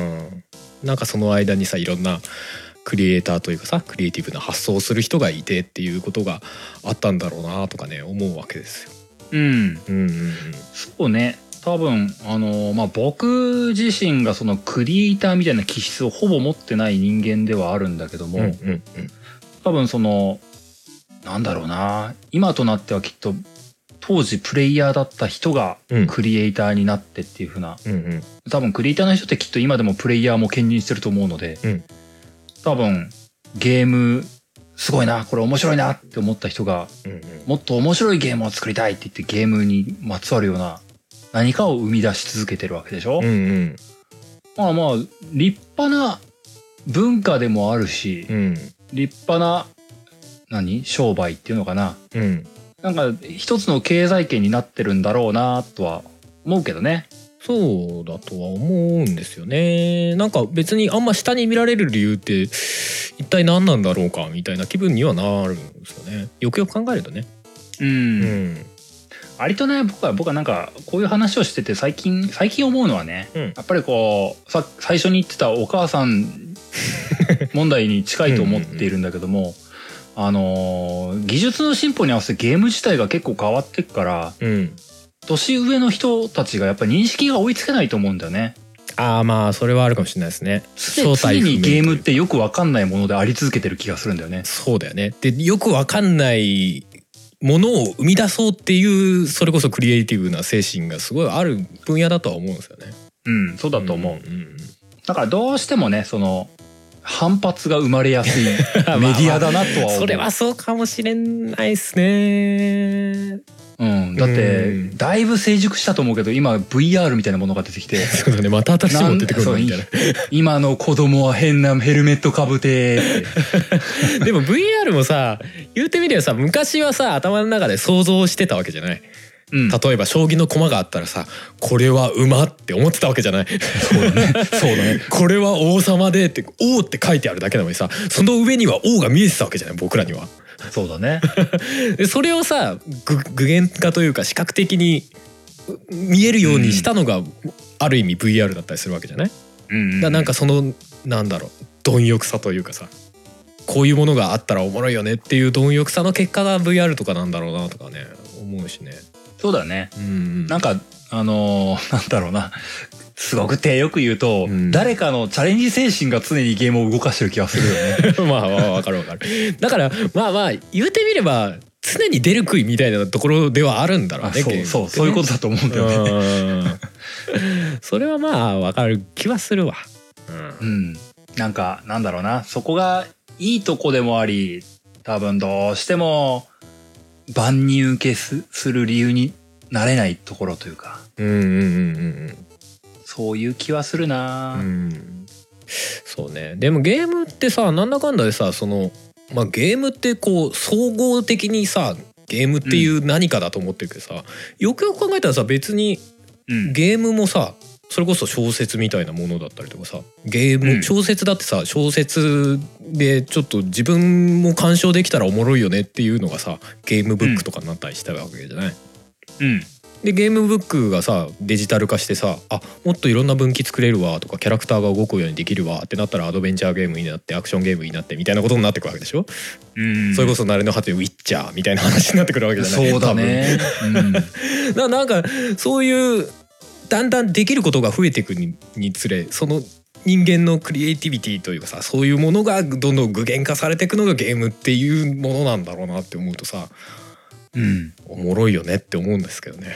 なんかその間にさいろんなクリエイターというかさクリエイティブな発想をする人がいてっていうことがあったんだろうなとかね思うわけですよ。 うん。うんうんうん。そうね。多分あのまあ僕自身がそのクリエイターみたいな気質をほぼ持ってない人間ではあるんだけども、うんうんうん、多分そのなんだろうな、今となってはきっと当時プレイヤーだった人がクリエイターになってっていう風な、うんうん、多分クリエイターの人ってきっと今でもプレイヤーも兼任してると思うので、うん、多分ゲームすごいなこれ面白いなって思った人が、うんうん、もっと面白いゲームを作りたいって言ってゲームにまつわるような何かを生み出し続けてるわけでしょ、うんうん、まあまあ立派な文化でもあるし、うん、立派な何商売っていうのかな、うん、なんか一つの経済圏になってるんだろうなとは思うけどね。 そうだとは思うんですよね。なんか別にあんま下に見られる理由って一体何なんだろうかみたいな気分にはなるんですよね。よくよく考えるとね。うん。うん割とね僕は僕はなんかこういう話をしてて最近最近思うのはね、うん、やっぱりこうさ最初に言ってたお母さん問題に近いと思っているんだけども、うんうんうん、あのー、技術の進歩に合わせてゲーム自体が結構変わってくから、うん、年上の人たちがやっぱり認識が追いつけないと思うんだよね。 ああまあそれはあるかもしれないですね。 常にゲームってよくわかんないものであり続けてる気がするんだよね。 そうだよね。でよくわかんないものを生み出そうっていうそれこそクリエイティブな精神がすごいある分野だとは思うんですよね。 うんそうだと思う、うんうん、だからどうしてもねその反発が生まれやすいメディアだなとは思う。まあまあそれはそうかもしれないですね。 うん、だってだいぶ成熟したと思うけど今 ブイアール みたいなものが出てきてそうだねまた新しいもの出てくるみたいな今の子供は変なヘルメットかぶてってでも ブイアール もさ言うてみればさ昔はさ頭の中で想像してたわけじゃない。 うん、 例えば将棋の駒があったらさ、これは馬って思ってたわけじゃない。 そうだねそうだねこれは王様でって王って書いてあるだけなのにさ、その上には王が見えてたわけじゃない、僕らには。 そうだねでそれをさ具現化というか視覚的に見えるようにしたのが、うん、ある意味 ブイアール だったりするわけじゃない、 うんうん、 だなんかそのなんだろう貪欲さというかさ、こういうものがあったらおもろいよねっていう貪欲さの結果が ブイアール とかなんだろうなとかね思うしね。 そうだね、 うん、 なんかあのー、なんだろうな、すごく手よく言うと、うん、誰かのチャレンジ精神が常にゲームを動かしてる気がするよね。 まあわかるわかる。だからまあまあ言うてみれば常に出る杭みたいなところではあるんだろうね。 そうそう、そういうことだと思うんだよね。 それはまあわかる気はするわ。 うん、うん、なんかなんだろうな、そこがいいとこでもあり、多分どうしても万人受け す, する理由になれないところというか、 うんうんうんうん、 そういう気はするな、 うん、そうね。でもゲームってさ、なんだかんだでさ、そのまあゲームってこう総合的にさゲームっていう何かだと思ってるけどさ、うん、よくよく考えたらさ別にゲームもさ、それこそ小説みたいなものだったりとかさ、ゲーム、うん、小説だってさ、小説でちょっと自分も鑑賞できたらおもろいよねっていうのがさゲームブックとかになったりしたわけじゃない、 うん、 でゲームブックがさデジタル化してさ、あもっといろんな分岐作れるわとかキャラクターが動くようにできるわってなったらアドベンチャーゲームになってアクションゲームになってみたいなことになってくわけでしょ、 うん、 それこそ慣れの果てウィッチャーみたいな話になってくるわけじゃない。 そうだね、うん、 だなんかそういうだんだんできることが増えていく に, につれ、その人間のクリエイティビティというかさ、そういうものがどんどん具現化されていくのがゲームっていうものなんだろうなって思うとさ、 うん、 おもろいよねって思うんですけどね。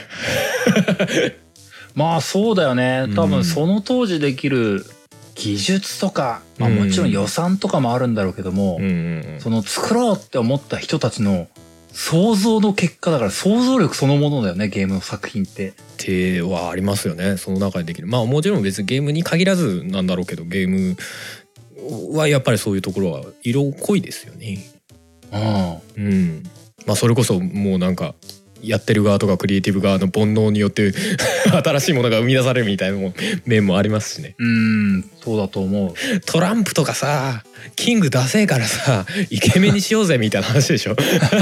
まあそうだよね。多分その当時できる技術とか、まあ、もちろん予算とかもあるんだろうけども、 うんうんうん、 その作ろうって思った人たちの想像の結果だから、想像力そのものだよね、ゲームの作品って。 ってはありますよね。その中でできる、まあもちろん別にゲームに限らずなんだろうけど、ゲームはやっぱりそういうところは色濃いですよね。 ああ、 うん、まあそれこそもうなんかやってる側とかクリエイティブ側の煩悩によって新しいものが生み出されるみたいな面もありますしね。 うん、そうだと思う。 トランプとかさ、キングダセえからさイケメンにしようぜみたいな話でしょ。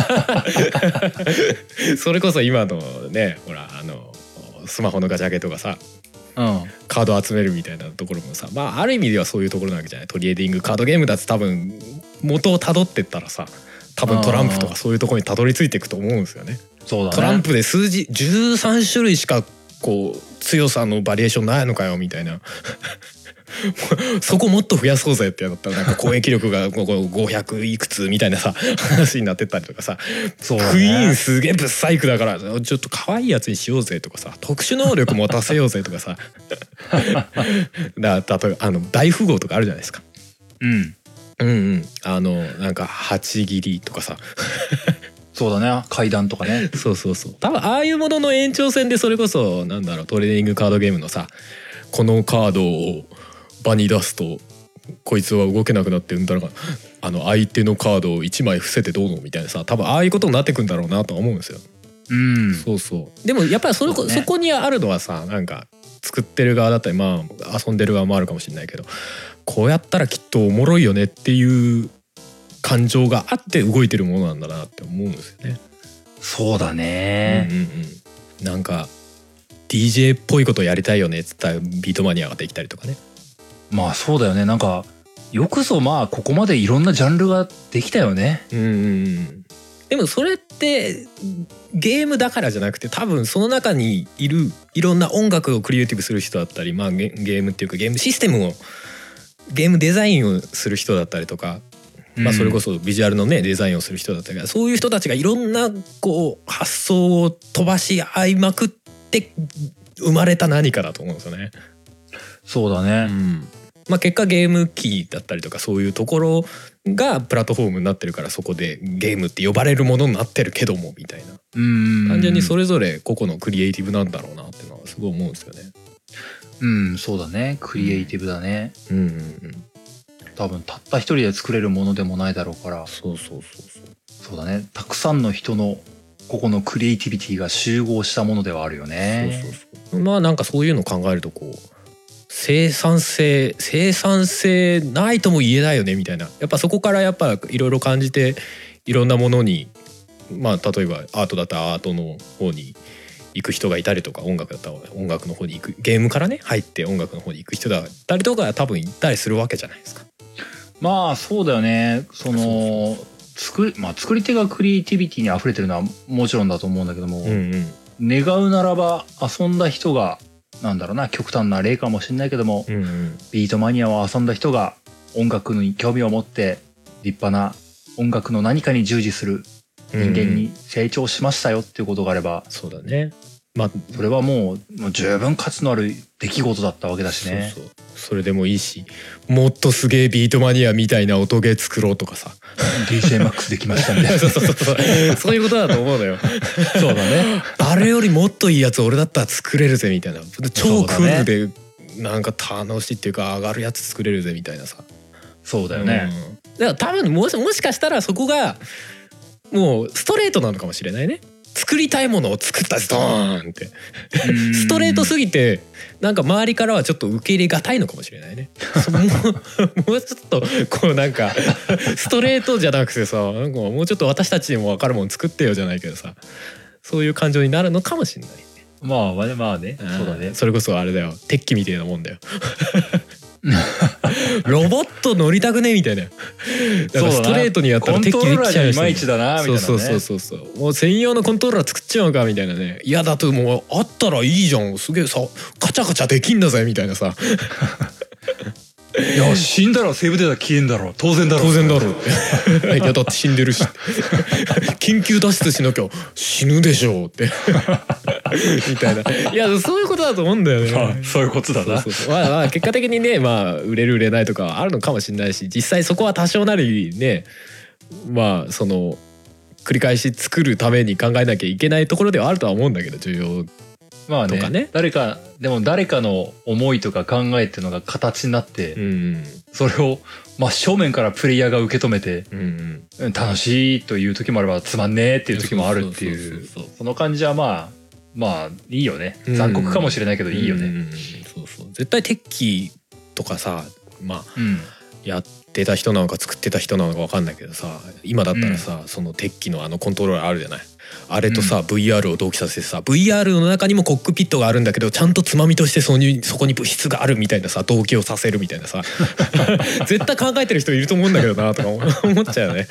それこそ今のね、ほらあのスマホのガチャゲとかさ、 うん、 カード集めるみたいなところもさ、まあある意味ではそういうところなわけじゃない。トレーディングカードゲームだって多分元をたどってったらさ、多分トランプとかそういうところにたどり着いていくと思うんですよね。 そうだね、 トランプで数字じゅうさん種類しかこう強さのバリエーションないのかよみたいな。そこもっと増やそうぜってやったらなんか攻撃力がごひゃくいくつみたいなさ話になってったりとかさ、 そうだね、 クイーンすげえブサイクだからちょっと可愛いやつにしようぜとかさ、特殊能力持たせようぜとかさだ例えばあの大富豪とかあるじゃないですか。 うん、 うんうん、あのなんか八切りとかさそうだね、階段とかね。 そうそうそう、多分ああいうものの延長線で、それこそなんだろう、トレーディングカードゲームのさ、このカードを場に出すとこいつは動けなくなってうんだらあの相手のカードをいちまい伏せてどうのみたいなさ、多分ああいうことになってくんだろうなとは思うんですよ。 うん、 そうそう。でもやっぱりそれ、そ、ね、そこにあるのはさ、なんか作ってる側だったりまあ遊んでる側もあるかもしれないけど、こうやったらきっとおもろいよねっていう感情があって動いてるものなんだなって思うんですよね。 そうだね、 うんうんうん、なんか ディージェー っぽいことやりたいよねっつったらビートマニアができたりとかね。 まあそうだよね、なんかよくぞまあここまでいろんなジャンルができたよね。 うんうんうん。でもそれってゲームだからじゃなくて、多分その中にいるいろんな音楽をクリエイティブする人だったり、まあゲームっていうかゲームシステムをゲームデザインをする人だったりとか、まあそれこそビジュアルのねデザインをする人だったり、そういう人たちがいろんなこう発想を飛ばし合いまくって生まれた何かだと思うんですよね。 そうだね、 うん、まあ結果ゲーム機だったりとかそういうところがプラットフォームになってるから、そこでゲームって呼ばれるものになってるけどもみたいな、 うん単純にそれぞれ個々のクリエイティブなんだろうなっていうのはすごい思うんですよね。 うん、そうだね、クリエイティブだね。 うんうんうん、 多分たった一人で作れるものでもないだろうから。 そうそうそうそう。 そうだね、たくさんの人のここのクリエイティビティが集合したものではあるよね。 そうそうそう。まあなんかそういうのを考えるとこう生産性生産性ないとも言えないよねみたいな、やっぱそこからやっぱいろいろ感じていろんなものに、まあ例えばアートだったらアートの方に行く人がいたりとか、音楽だったら音楽の方に行く、ゲームからね入って音楽の方に行く人だったりとか多分行ったりするわけじゃないですか。 まあそうだよね。その作り、まあ、作り手がクリエイティビティに溢れてるのはもちろんだと思うんだけども、うんうん、願うならば遊んだ人がなんだろうな、極端な例かもしれないけども、うんうん、ビートマニアを遊んだ人が音楽に興味を持って立派な音楽の何かに従事する人間に成長しましたよっていうことがあれば、 うん、そうだね。まあ、 それはもう、もう十分価値のある出来事だったわけだしね。 そうそう、それでもいいし、もっとすげえビートマニアみたいな音ゲー作ろうとかさディージェーマックス できましたみたいなそうそうそうそうそういうことだと思うのよそうだね。 あれよりもっといいやつ俺だったら作れるぜみたいな、超クールでなんか楽しいっていうか上がるやつ作れるぜみたいなさ。 そうだよね、 うん、だから多分もし、もしかしたらそこがもうストレートなのかもしれないね。作りたいものを作ったドーンってストレートすぎてなんか周りからはちょっと受け入れがたいのかもしれないねもう、もうちょっとこうなんかストレートじゃなくてさ、なんかもうちょっと私たちにも分かるもの作ってよじゃないけどさ、そういう感情になるのかもしれないね。 まあまあね、まあね、そうだね。 それこそあれだよ、鉄器みたいなもんだよロボット乗りたくねみたいな。だからストレートにやったら鉄器できちゃうし、 いまいちだなみたいなね。 そうそうそうそう、もう専用のコントローラー作っちゃうかみたいなね。いやだともうあったらいいじゃん、すげえさカチャカチャできんだぜみたいなさいや死んだらセーブデータ消えんだろ、当然だろ当然だろいやだって死んでるし緊急脱出しなきゃ死ぬでしょうってみたいな。いやそういうことだと思うんだよね。 あそういうことだな。 そうそうそう、まあまあ結果的にね、まあ売れる売れないとかはあるのかもしれないし、実際そこは多少なりね、まあその繰り返し作るために考えなきゃいけないところではあるとは思うんだけど、重要まあね、 とかね、 誰かでも誰かの思いとか考えっていうのが形になって、うんうん、それを真正面からプレイヤーが受け止めて、うんうん、楽しいという時もあればつまんねえっていう時もあるっていう、その感じはまあまあいいよね。残酷かもしれないけどいいよね。うんうん、 そうそう、絶対鉄器とかさ、まあ、うん、やってた人なのか作ってた人なのか分かんないけどさ、今だったらさ、うん、その鉄器のあのコントローラーあるじゃない。あれとさ、うん、ブイアール を同期させてさ ブイアール の中にもコックピットがあるんだけどちゃんとつまみとしてそこに、そこに物質があるみたいなさ、同期をさせるみたいなさ絶対考えてる人いると思うんだけどなとか思っちゃうよね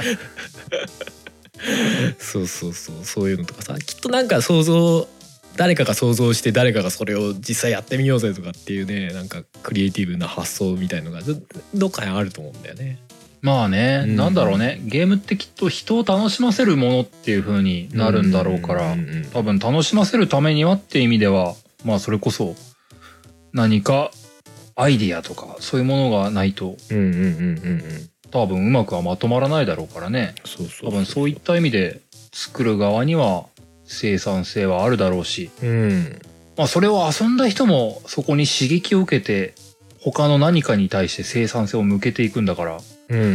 そうそうそう、そういうのとかさ、きっとなんか想像、誰かが想像して誰かがそれを実際やってみようぜとかっていうね、なんかクリエイティブな発想みたいのがどっかにあると思うんだよね。 まあね、うん、なんだろうね、ゲームってきっと人を楽しませるものっていう風になるんだろうから、多分楽しませるためにはっていう意味では、まあそれこそ何かアイディアとかそういうものがないと多分うまくはまとまらないだろうからね。そうそうそうそう、多分そういった意味で作る側には生産性はあるだろうし、うん、まあそれを遊んだ人もそこに刺激を受けて他の何かに対して生産性を向けていくんだから、うんうんうんうん、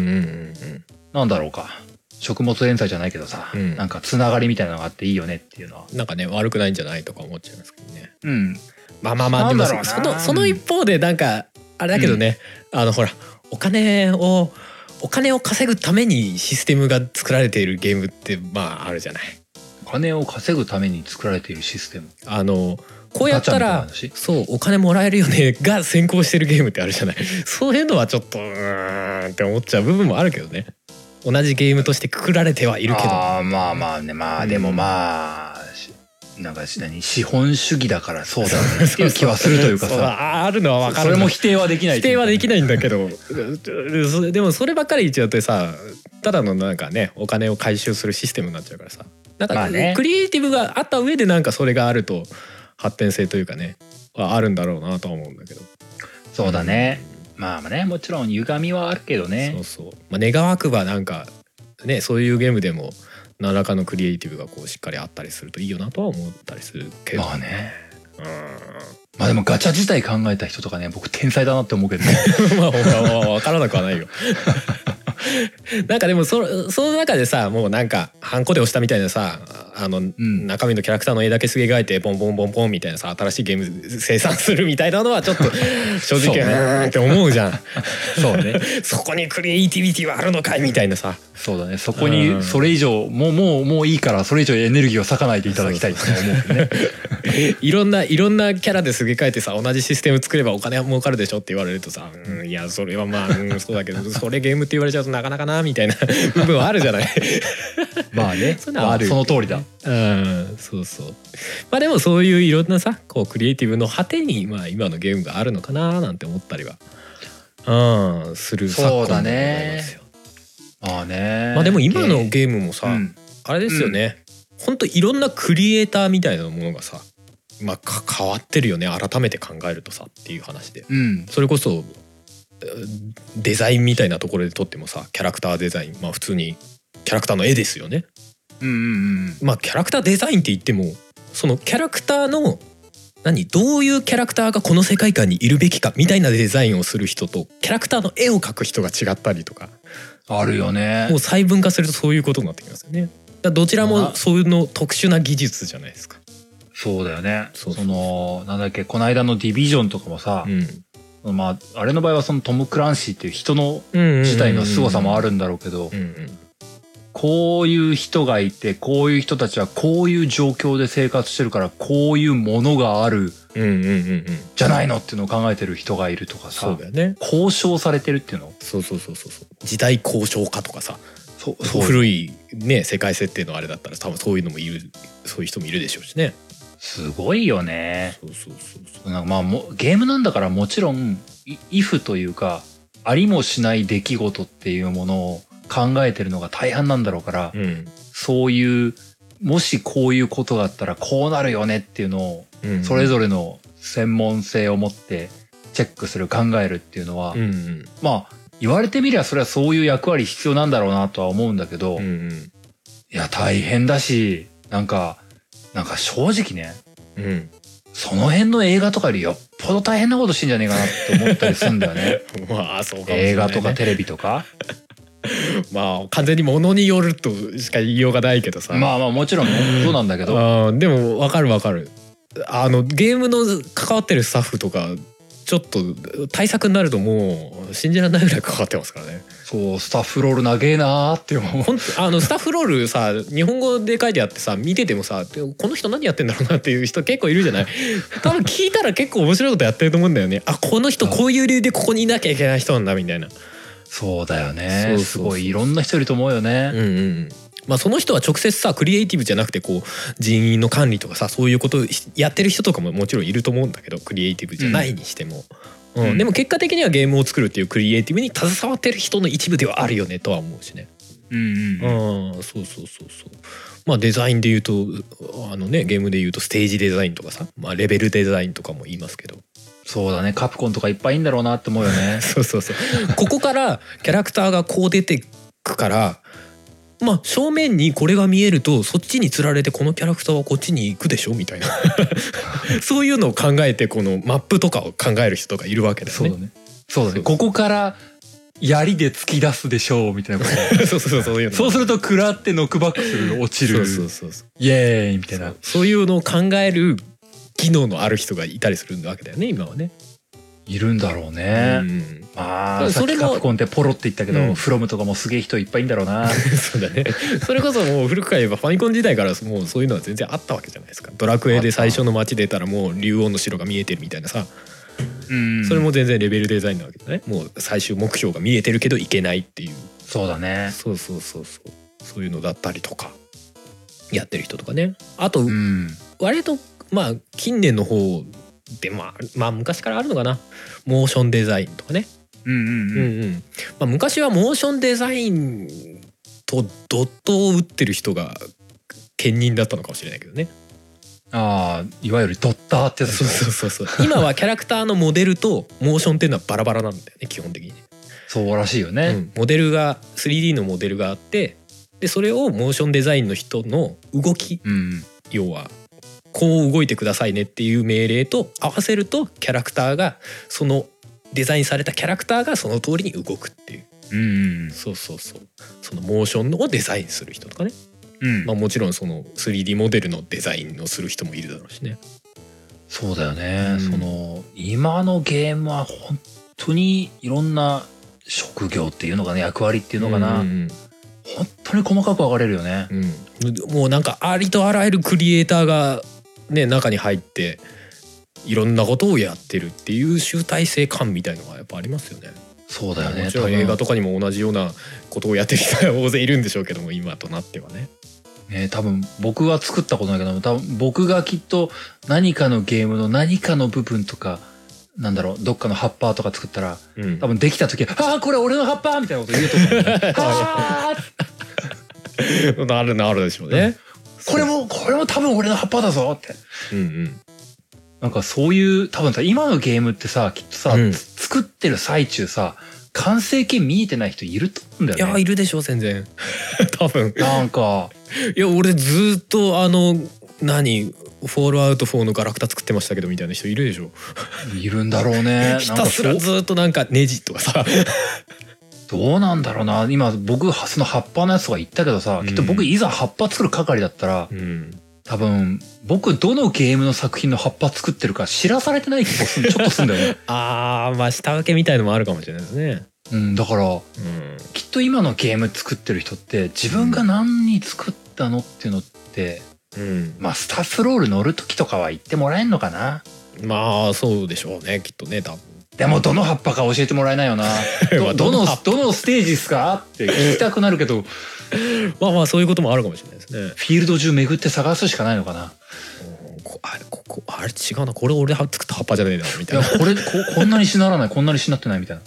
なんだろうか、食物連鎖じゃないけどさ、うん、なんかつながりみたいなのがあっていいよねっていうのはなんかね、悪くないんじゃないとか思っちゃいますけどね。 うん、 まあまあまあ、でも そ, そのその一方でなんかあれだけどね、うん、あのほらお金をお金を稼ぐためにシステムが作られているゲームってまああるじゃない。 お金を稼ぐために作られているシステム、 あのこうやったらそうお金もらえるよねが先行してるゲームってあるじゃない。そういうのはちょっとうーんって思っちゃう部分もあるけどね。同じゲームとしてくくられてはいるけど、 あまあまあね、まあでもまあ、うん、なんか何資本主義だからそうだよねっていう気はするというかさあるのは分かる。 それも否定はできない、 否定はできないんだけどでもそればっかり言っちゃうとさ、ただのなんかねお金を回収するシステムになっちゃうからさ、なんか、まあね、クリエイティブがあった上でなんかそれがあると発展性というかねはあるんだろうなとは思うんだけど。 そうだね、うん、まあまあね、もちろん歪みはあるけどね。 そうそう、まあ、願わくばなんかねそういうゲームでも何らかのクリエイティブがこうしっかりあったりするといいよなとは思ったりするけど、 まあね、うん、まあでもガチャ自体考えた人とかね、僕天才だなって思うけどねまあ分からなくはないよなんかでも そ, その中でさ、もうなんかハンコで押したみたいなさあの、うん、中身のキャラクターの絵だけすげ描いてポンポンポンポンみたいなさ新しいゲーム生産するみたいなのはちょっと正直うーんって思うじゃん。そうね。そこにクリエイティビティはあるのかいみたいなさ。 そうだね。そこにそれ以上もうもうもういいからそれ以上エネルギーを割かないでいただきたいって思うね。 いろんないろんなキャラですげ描いてさ同じシステム作ればお金は儲かるでしょって言われるとさ、うん、いやそれはまあ、うん、そうだけどそれゲームって言われちゃうとなかなかなみたいな部分はあるじゃない。 まあね。そ, あるその通りだ。 うん、そうそう。まあでもそういういろんなさこうクリエイティブの果てにまあ今のゲームがあるのかななんて思ったりは、うん、する昨今でございますよ。 まあね。 まあでも今のゲームもさ、うん、あれですよね。ほんといろんなクリエイターみたいなものがさ、まあ変わってるよね。改めて考えるとさっていう話で、 うん、 それこそデザインみたいなところで撮ってもさキャラクターデザインまあ普通にキャラクターの絵ですよね。 うんうんうん、 まあキャラクターデザインって言ってもそのキャラクターの何どういうキャラクターがこの世界観にいるべきかみたいなデザインをする人とキャラクターの絵を描く人が違ったりとかあるよね。 もう細分化するとそういうことになってきますよね。だどちらもそういうの特殊な技術じゃないですか。 そうだよね。そうそうそうそのなんだっけこの間のディビジョンとかもさ、うん、まああれの場合はそのトム・クランシーっていう人の自体の凄さもあるんだろうけど、こういう人がいてこういう人たちはこういう状況で生活してるからこういうものがあるじゃないのっていうのを考えてる人がいるとかさ、 そうだよね。 交渉されてるっていうの。 そうそうそうそうそう時代交渉家とかさ、そうそう古いね世界設定のあれだったら多分そういうのもいるそういう人もいるでしょうしね。 すごいよね。 そうそうそうそう。 なんかまあもゲームなんだからもちろんイフというかありもしない出来事っていうものを考えてるのが大半なんだろうから、 うん、 そういうもしこういうことがあったらこうなるよねっていうのを、うん、それぞれの専門性を持ってチェックする考えるっていうのは、 うんうん、 まあ言われてみりゃそれはそういう役割必要なんだろうなとは思うんだけど、 うんうん、 いや大変だしなんかなんか正直ね、 うん、 その辺の映画とかよりよっぽど大変なことしてんじゃねえかなって思ったりするんだよね。 まあそうかもしれないね。 映画とかテレビとか。 まあ完全にものによるとしか言いようがないけどさ。 まあまあもちろんそうなんだけど。 あでも分かる分かる。あのゲームの関わってるスタッフとかちょっと対策になるともう信じられないぐらい関わってますからね。 そうスタッフロール長えなーって思う。 あのスタッフロールさ日本語で書いてあってさ見ててもさこの人何やってんだろうなっていう人結構いるじゃない。多分聞いたら結構面白いことやってると思うんだよね。あこの人こういう理由でここにいなきゃいけない人なんだみたいな。 そうだよね。すごいいろんな人いると思うよね。 うんうん。まあその人は直接さクリエイティブじゃなくてこう人員の管理とかさそういうことをやってる人とかももちろんいると思うんだけどクリエイティブじゃないにしても、うんうん、でも結果的にはゲームを作るっていうクリエイティブに携わってる人の一部ではあるよねとは思うしね。 うんうんうん、そうそうそうそう。まあデザインで言うとあのねゲームで言うとステージデザインとかさ、まあ、レベルデザインとかも言いますけど。 そうだねカプコンとかいっぱいいんだろうなって思うよね。 そうそうそう。ここからキャラクターがこう出てくからまあ正面にこれが見えるとそっちにつられてこのキャラクターはこっちに行くでしょみたいなそういうのを考えてこのマップとかを考える人がいるわけだよね。 そうだね。そうだね。ここから槍で突き出すでしょうみたいなこと。 そうそうそういうの。 そうすると食らってノックバックする落ちる。 そうそうそうそう。 イエーイみたいな。 そう、そういうのを考える機能のある人がいたりするわけだよね今はね。 いるんだろうね。うん、まあさっきカプコンってポロって言ったけど、うん、フロムとかもすげえ人いっぱいいんだろうな。 そうだね。それこそもう古くから言えばファミコン時代からもうそういうのは全然あったわけじゃないですか。ドラクエで最初の街出たらもう竜王の城が見えてるみたいなさ。うん、それも全然レベルデザインなわけだね。もう最終目標が見えてるけどいけないっていう。 そうだね。 そうそうそうそうそういうのだったりとかやってる人とかね。あと、うん、割とまあ近年の方でまあまあ昔からあるのかなモーションデザインとかね。 うんうんうんうんうんまあ、昔はモーションデザインとドットを打ってる人が兼任だったのかもしれないけどね。 ああいわゆるドッターってやつ。 そうそうそうそう。今はキャラクターのモデルとモーションっていうのはバラバラなんだよね基本的に。 そうらしいよね、うん、 モデルが スリーディー のモデルがあってでそれをモーションデザインの人の動き、 うん、 要はこう動いてくださいねっていう命令と合わせるとキャラクターがそのデザインされたキャラクターがその通りに動くっていう、 うんうん、 そうそうそうそのモーションをデザインする人とかね。 うん、 まあもちろんその スリーディー モデルのデザインをする人もいるだろうしね。 そうだよね、 うん、 その今のゲームは本当にいろんな職業っていうのかな、役割っていうのかな、うんうんうん、本当に細かく分かれるよね、 うん、もうなんかありとあらゆるクリエイターがね中に入っていろんなことをやってるっていう集大成感みたいのがやっぱありますよね。 そうだよね。 もちろん映画とかにも同じようなことをやってる人が大勢いるんでしょうけども、今となってはね。 ね、多分僕は作ったことないけど、多分僕がきっと何かのゲームの何かの部分とか、なんだろう、どっかの葉っぱとか作ったら、うん、多分できた時は「ああこれ俺の葉っぱ!」みたいなこと言うと思う、ね。ああなるなるでしょうね。 これもこれも多分俺の葉っぱだぞって。 うんうん。 なんかそういう多分さ今のゲームってさきっとさ、うん、作ってる最中さ完成形見えてない人いると思うんだよね。 いやいるでしょ全然多分なんかいや俺ずっとあの何フォールアウトフォーのガラクタ作ってましたけどみたいな人いるでしょ。 いるんだろうね。 ひたすらずっとなんかネジとかさどうなんだろうな。今僕その葉っぱのやつとか言ったけどさ、うん、きっと僕いざ葉っぱ作る係だったら、うん、多分僕どのゲームの作品の葉っぱ作ってるか知らされてない気もするちょっとすんだよね。 あーまあ下請けみたいのもあるかもしれないですね。 うん、だから、うん、きっと今のゲーム作ってる人って自分が何に作ったのっていうのって、うん、まあスタッフロール乗る時とかは言ってもらえんのかな。 まあそうでしょうねきっとね多分。 でもどの葉っぱか教えてもらえないよな。ど, どのどのステージですかって聞きたくなるけどまあまあそういうこともあるかもしれないですね。 フィールド中巡って探すしかないのかな。 こあれここあれ違うなこれ俺作った葉っぱじゃねえなみたいな。 いやこれ こ, こんなにしならないこんなにしなってないみたいな。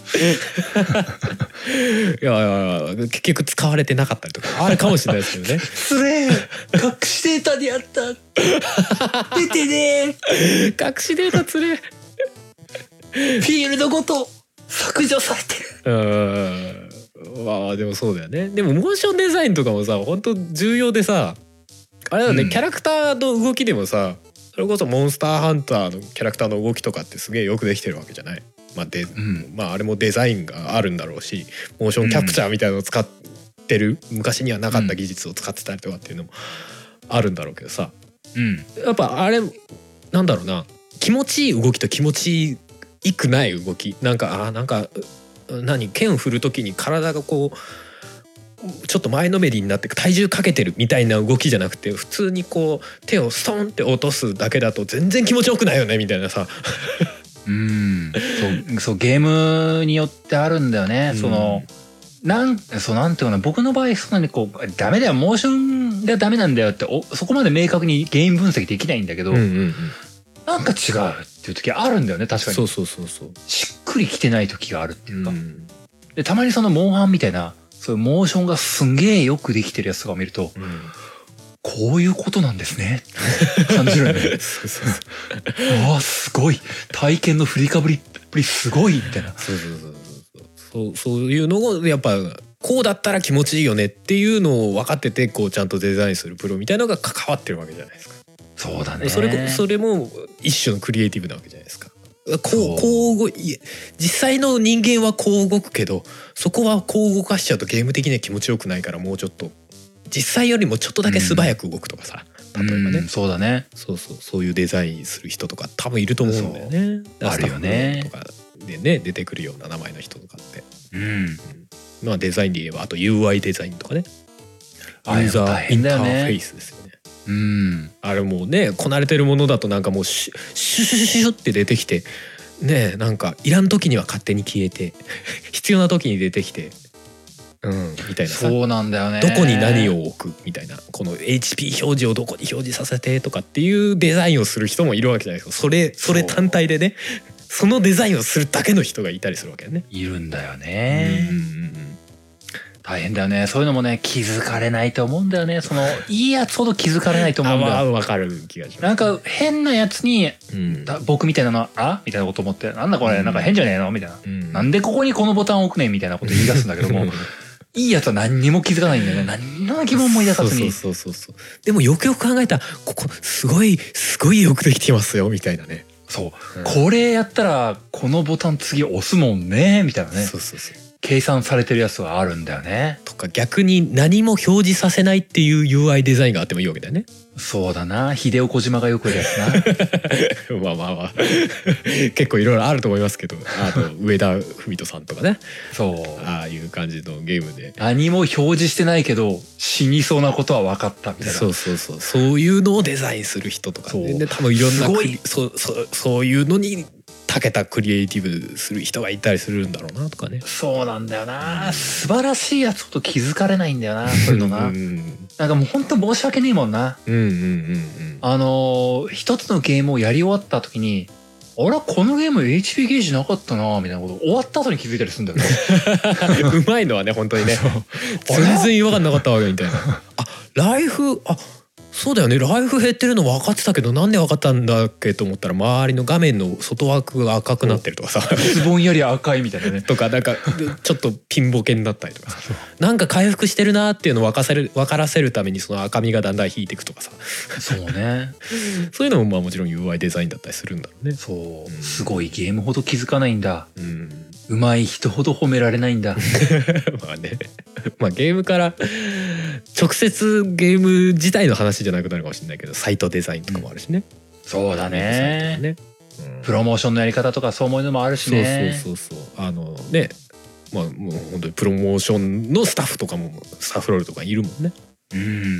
いやいや結局使われてなかったりとかあるかもしれないですけどね。 つれえ隠しデータでやった出てねえ隠しデータつれえフィールドごと削除されてる。 うんまあでもそうだよね。でもモーションデザインとかもさ本当重要でさあれだね、うん、キャラクターの動きでもさそれこそモンスターハンターのキャラクターの動きとかってすげえよくできてるわけじゃない。まあで、うん、まああれもデザインがあるんだろうしモーションキャプチャーみたいなのを使ってる、うん、昔にはなかった技術を使ってたりとかっていうのもあるんだろうけどさ、うん、やっぱあれなんだろうな気持ちいい動きと気持ちいいいくない動きなんかあなんか何剣を振る時に体がこうちょっと前のめりになって体重かけてるみたいな動きじゃなくて普通にこう手をストンって落とすだけだと全然気持ちよくないよねみたいなさうんそうそうゲームによってあるんだよね、うん、そのなんそうなんていうかな僕の場合そんなにこうダメだよモーションがダメなんだよっておそこまで明確にゲーム分析できないんだけど、うんうんうん、なんか違うっていう時あるんだよね確かに。 そうそうそうそうしっくりきてない時があるっていうか、うん、でたまにそのモンハンみたいなそういうモーションがすんげえよくできてるやつとかを見ると、うん、こういうことなんですねって感じるんだよね。そうそうそうわあすごい体験の振りかぶりっぷりすごいみたいな。そうそうそうそうそういうのをやっぱこうだったら気持ちいいよねっていうのを分かっててこうちゃんとデザインするプロみたいなのが関わってるわけじゃないですか。 そうだね。 それそれも一種のクリエイティブなわけじゃないですか。こうこう動い実際の人間はこう動くけどそこはこう動かしちゃうとゲーム的には気持ちよくないからもうちょっと実際よりもちょっとだけ素早く動くとかさ、うん、例えばね、うん、 そうだねそうそうそういうデザインする人とか多分いると思うんだよね。 あるよねとかでね出てくるような名前の人とかって、うんうん、まあデザインで言えばあと ユーアイ デザインとかねユーザーインターフェイスですよね。うん、あれもうねこなれてるものだとなんかもうシュシュシュシュシュって出てきてねなんかいらん時には勝手に消えて必要な時に出てきて、うん、みたいなさそうなんだよね。 どこに何を置くみたいなこの エイチピー 表示をどこに表示させてとかっていうデザインをする人もいるわけじゃないですか。それそれ単体でねそのデザインをするだけの人がいたりするわけよね。 いるんだよね。うんうんうん大変だよね。そういうのもね気づかれないと思うんだよね。そのいいやつほど気づかれないと思うんだよ。 あわかる気がします。 なんか変なやつに、うん、僕みたいなのあみたいなこと思ってなんだこれ、うん、なんか変じゃねえのみたいな、うん、なんでここにこのボタン置くねみたいなこと言い出すんだけどもいいやつは何にも気づかないんだよね。何の疑問も抱かずに。 そうそうそうそう。でもよくよく考えたらここすごいすごいよくできてますよみたいなね。 そう、うん、これやったらこのボタン次押すもんねみたいなね。そうそうそう。計算されてるやつはあるんだよね。 とか逆に何も表示させないっていう ユーアイ デザインがあってもいいわけだよね。 そうだな、秀夫小島がよくやるやつな。 まあまあまあ結構いろいろあると思いますけど、あと上田文人さんとかね、 そうああいう感じのゲームで何も表示してないけど死にそうなことは分かったみたいな。 そうそうそう、そういうのをデザインする人とかね、で多分いろんなすごいそうそうそういうのに長けたクリエイティブする人がいたりするんだろうなとかね。 そうなんだよな、素晴らしいやつほど気づかれないんだよな、そういうのな。なんかもう本当申し訳ねえもんな。 うんうんうんうん。 あのー、一つのゲームをやり終わった時に、あらこのゲーム エイチピー ゲージなかったなみたいなこと終わった後に気づいたりするんだよね。 うまいのはね本当にね全然違和感なかったわけみたいな。あ、ライフ、あ、そうだよね、ライフ減ってるの分かってたけどなんで分かったんだっけと思ったら周りの画面の外枠が赤くなってるとかさ、 ぼんやり赤いみたいなね。 とかなんかちょっとピンボケになったりとかさ、なんか回復してるなっていうのを分かせる分からせるためにその赤みがだんだん引いていくとかさ、 そうね。 そういうのもまあもちろん ユーアイ デザインだったりするんだろうね。 そう、うん、すごいゲームほど気づかないんだ。うん、上手い人ほど褒められないんだ。 まあね、まあゲームから直接ゲーム自体の話じゃなくなるかもしれないけど、サイトデザインとかもあるしね。 うん、そうだね。ね、うん、プロモーションのやり方とかそういうのもあるしね。 そうそうそうそう、あのね、まあもう本当にプロモーションのスタッフとかもスタッフロールとかいるもんね。うん、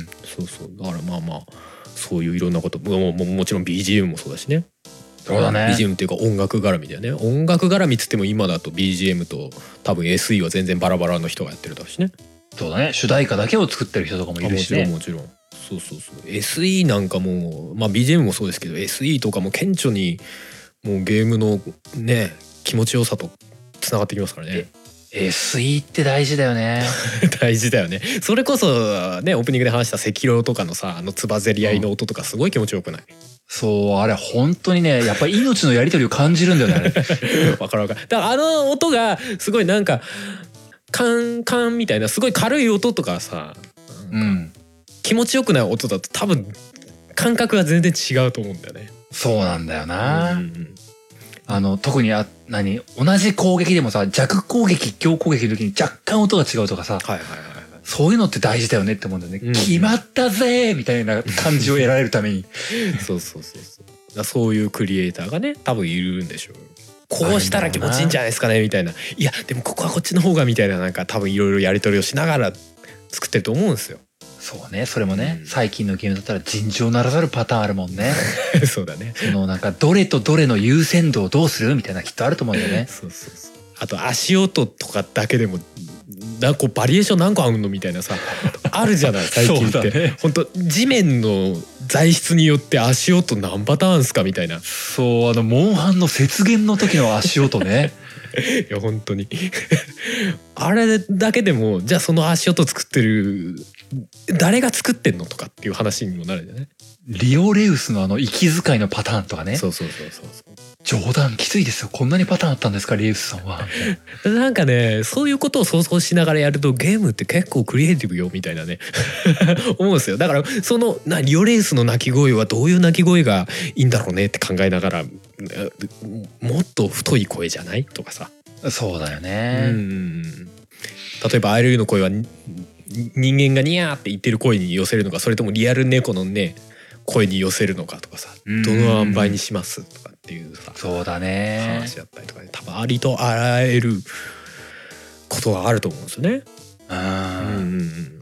そうそう、だからまあまあそういういろんなこともももちろん ビージーエム もそうだしね。 そうだね。 ビージーエム っていうか音楽絡みだよね。音楽絡みっつっても今だと ビージーエム と多分 エスイー は全然バラバラの人がやってるだろうしね。 そうだね。主題歌だけを作ってる人とかもいるしね。 もちろんもちろん。そうそうそう。エスイー なんかもまあ ビージーエム もそうですけど エスイー とかも顕著にもうゲームのね気持ちよさとつながってきますからね。 エスイー って大事だよね。 大事だよね。それこそねオープニングで話した赤狼とかのさあのつばぜり合いの音とかすごい気持ちよくない？うん、 そうあれ本当にねやっぱり命のやり取りを感じるんだよね。 わかるわかる。だからあの音がすごいなんかカンカンみたいなすごい軽い音とかさ、うん、気持ちよくない音だと多分感覚が全然違うと思うんだよね。 そうなんだよな。うんうん、あの特にあ何同じ攻撃でもさ弱攻撃強攻撃の時に若干音が違うとかさ、はいはいはいはい、そういうのって大事だよねって思うんだよね。うん、決まったぜみたいな感じを得られるために。 そうそうそうそう。そういうクリエイターがね多分いるんでしょう。こうしたら気持ちいいんじゃないですかねみたいな、いやでもここはこっちの方がみたいななんか多分いろいろやり取りをしながら作ってると思うんですよ。 そうね、それもね、うん、最近のゲームだったら尋常ならざるパターンあるもんね。 そうだね。 そのなんかどれとどれの優先度をどうするみたいなきっとあると思うんだよね。 そうそうそう。あと足音とかだけでもなんかバリエーション何個あるのみたいなさあるじゃない最近って。ね、本当地面の材質によって足音何パターンすかみたいな。 そう、あのモンハンの雪原の時の足音ね。 いや本当にあれだけでもじゃあその足音作ってる誰が作ってんのとかっていう話にもなるんだよね。 リオレウスのあの息遣いのパターンとかね。 そうそうそうそうそう。 冗談きついですよ。こんなにパターンあったんですかレウスさんは。 なんかねそういうことを想像しながらやるとゲームって結構クリエイティブよみたいなね思うんですよ。だからそのなリオレウスの鳴き声はどういう鳴き声がいいんだろうねって考えながらもっと太い声じゃないとかさ。 そうだよね。うん、 例えば アイエルユー の声は人間がニャーって言ってる声に寄せるのかそれともリアル猫のね声に寄せるのかとかさ、どの塩梅にしますとかっていうさ、 そうだね話だったりとかね、多分ありとあらゆることがあると思うんですよね。うん、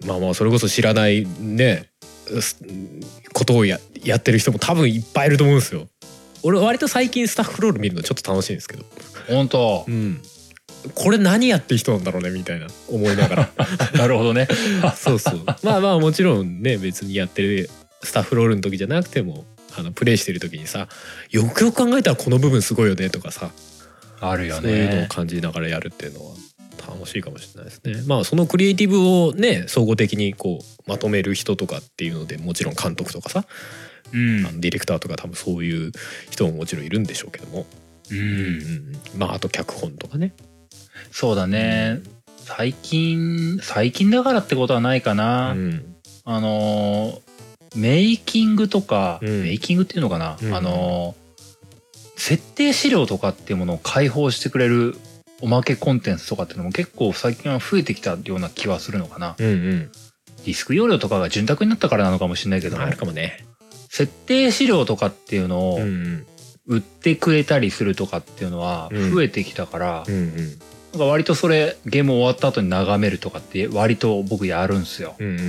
まあまあそれこそ知らないねことを や, やってる人も多分いっぱいいると思うんですよ。俺割と最近スタッフロール見るのちょっと楽しいんですけど。 本当。 うん。これ何やってる人なんだろうねみたいな思いながら。 なるほどね。 そうそう。まあまあもちろんね別にやってるスタッフロールの時じゃなくてもあのプレイしてる時にさよくよく考えたらこの部分すごいよねとかさあるよね。 そういうのを感じながらやるっていうのは楽しいかもしれないですね。まあそのクリエイティブをね総合的にこうまとめる人とかっていうのでもちろん監督とかさ、うん、あのディレクターとか多分そういう人ももちろんいるんでしょうけども、うんうん、まああと脚本とかね。 そうだね、うん、最近最近だからってことはないかな、うん、あのメイキングとか、うん、メイキングっていうのかな、うん、あの設定資料とかっていうものを開放してくれるおまけコンテンツとかっていうのも結構最近は増えてきたような気はするのかな。 うんうん。 ディスク容量とかが潤沢になったからなのかもしれないけども、 あるかもね。 設定資料とかっていうのを売ってくれたりするとかっていうのは増えてきたから、うんうん、なんか割とそれゲーム終わった後に眺めるとかって割と僕やるんすよ。うんうんうん、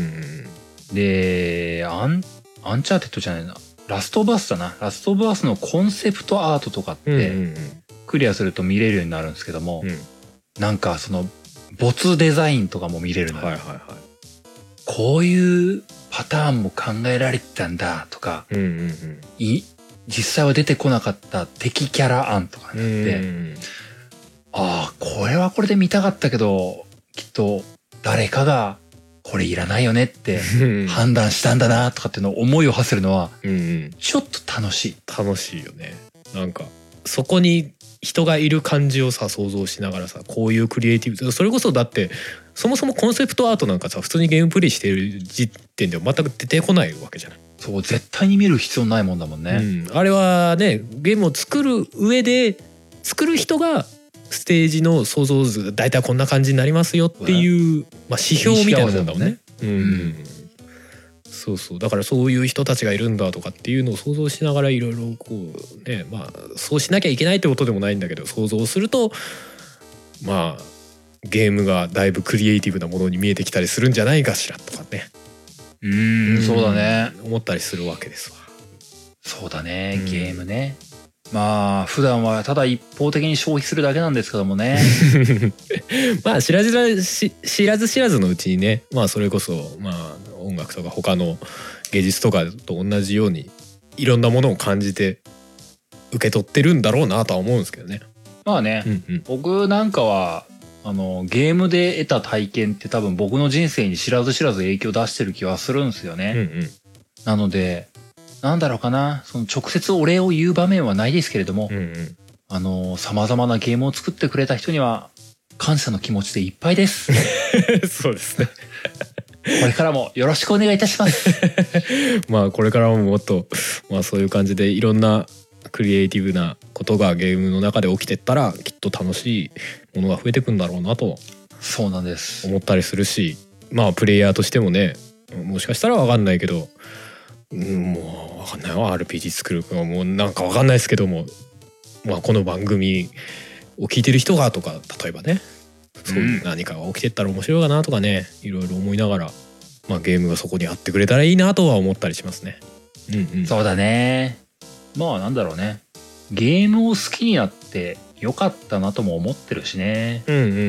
でアン、アンチャーテッドじゃないな、ラストオブアスだな。ラストオブアスのコンセプトアートとかってクリアすると見れるようになるんですけども、うん、なんかその没デザインとかも見れるのよ。はいはいはい、こういうパターンも考えられてたんだとか、うんうんうん、い実際は出てこなかった敵キャラ案とかになって、うんうん、ああこれはこれで見たかったけどきっと誰かがこれいらないよねって判断したんだなとかっていうのを思いを馳せるのはちょっと楽しい。 楽しいよね。なんかそこに人がいる感じをさ想像しながらさ、こういうクリエイティブ、それこそだってそもそもコンセプトアートなんかさ普通にゲームプレイしている時点では全く出てこないわけじゃない。 そう絶対に見る必要ないもんだもんね、 うん、あれはねゲームを作る上で作る人がステージの想像図大体こんな感じになりますよっていう、まあ、指標みたいなもんだもんね。うんうん、そうそう、だからそういう人たちがいるんだとかっていうのを想像しながらいろいろこうね、まあそうしなきゃいけないってことでもないんだけど想像するとまあゲームがだいぶクリエイティブなものに見えてきたりするんじゃないかしらとかね。 うーん、そうだね。 思ったりするわけですわ。 そうだね、ゲームね。まあ普段はただ一方的に消費するだけなんですけどもね。 まあ知らずし知らず知らずのうちにね、まあそれこそまあ音楽とか他の芸術とかと同じようにいろんなものを感じて受け取ってるんだろうなとは思うんですけどね。 まあね、うんうん、僕なんかはあのゲームで得た体験って多分僕の人生に知らず知らず影響出してる気はするんですよね。うんうん、なのでなんだろうかな、その直接お礼を言う場面はないですけれども、うんうん、あの様々なゲームを作ってくれた人には感謝の気持ちでいっぱいです。 そうですね。 これからもよろしくお願いいたします。 まあこれからももっとまあそういう感じでいろんなクリエイティブなことがゲームの中で起きてったらきっと楽しいものが増えてくんだろうなとそうなんです思ったりするし、まあプレイヤーとしてもね、もしかしたら分かんないけど、うん、もう分かんないわ アールピージー 作るかもうなんか分かんないですけども、まあこの番組を聞いてる人がとか例えばね、そういう何かが起きてったら面白いかなとかね、いろいろ思いながら、まあゲームがそこにあってくれたらいいなとは思ったりしますね。 うんうん、そうだね。まあなんだろうね、ゲームを好きになってよかったなとも思ってるしね。うんうんうんうん、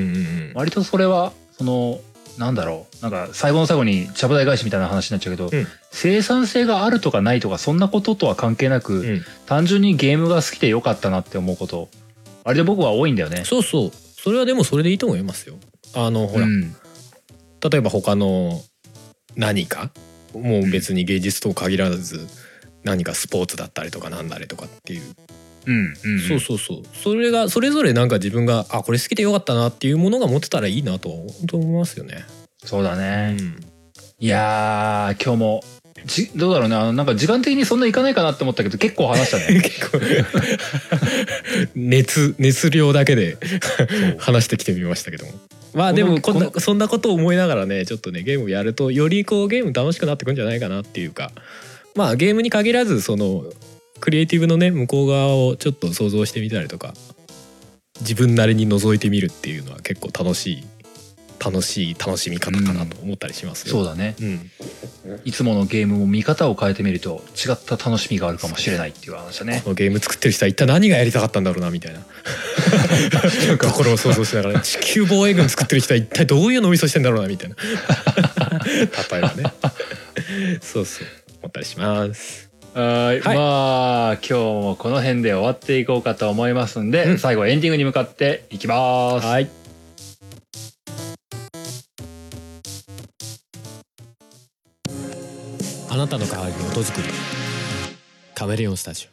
割とそれはそのなんだろう、なんか最後の最後にちゃぶ台返しみたいな話になっちゃうけど、うん、生産性があるとかないとかそんなこととは関係なく、うん、単純にゲームが好きでよかったなって思うことあれで僕は多いんだよね。 そうそう、それはでもそれでいいと思いますよ。あのほら、うん、例えば他の何かもう別に芸術と限らず何かスポーツだったりとかなんだりとかっていう、うんうんうん、そうそうそう、それがそれぞれなんか自分があこれ好きでよかったなっていうものが持ってたらいいなと本当思いますよね。 そうだね、うん、いやー今日もじどうだろうね、あのなんか時間的にそんないかないかなって思ったけど結構話したね。結構熱熱量だけで話してきてみましたけども、まあでもこんなそんなことを思いながらねちょっとねゲームをやるとよりこうゲーム楽しくなってくんじゃないかなっていうか、まあゲームに限らずそのクリエイティブのね向こう側をちょっと想像してみたりとか自分なりに覗いてみるっていうのは結構楽しい楽しい楽しみ方かなと思ったりしますよ、 うん、そうだね、うん、いつものゲームも見方を変えてみると違った楽しみがあるかもしれないっていう話だね。 このゲーム作ってる人は一体何がやりたかったんだろうなみたいなところを想像しながら地球防衛軍作ってる人は一体どういう脳みそしてんだろうなみたいな例えばねそうそう思ったりします。 はい、はい、まあ今日もこの辺で終わっていこうかと思いますんで、うん、最後エンディングに向かっていきます。はい、 あなたの代わりに音作りカメレオンスタジ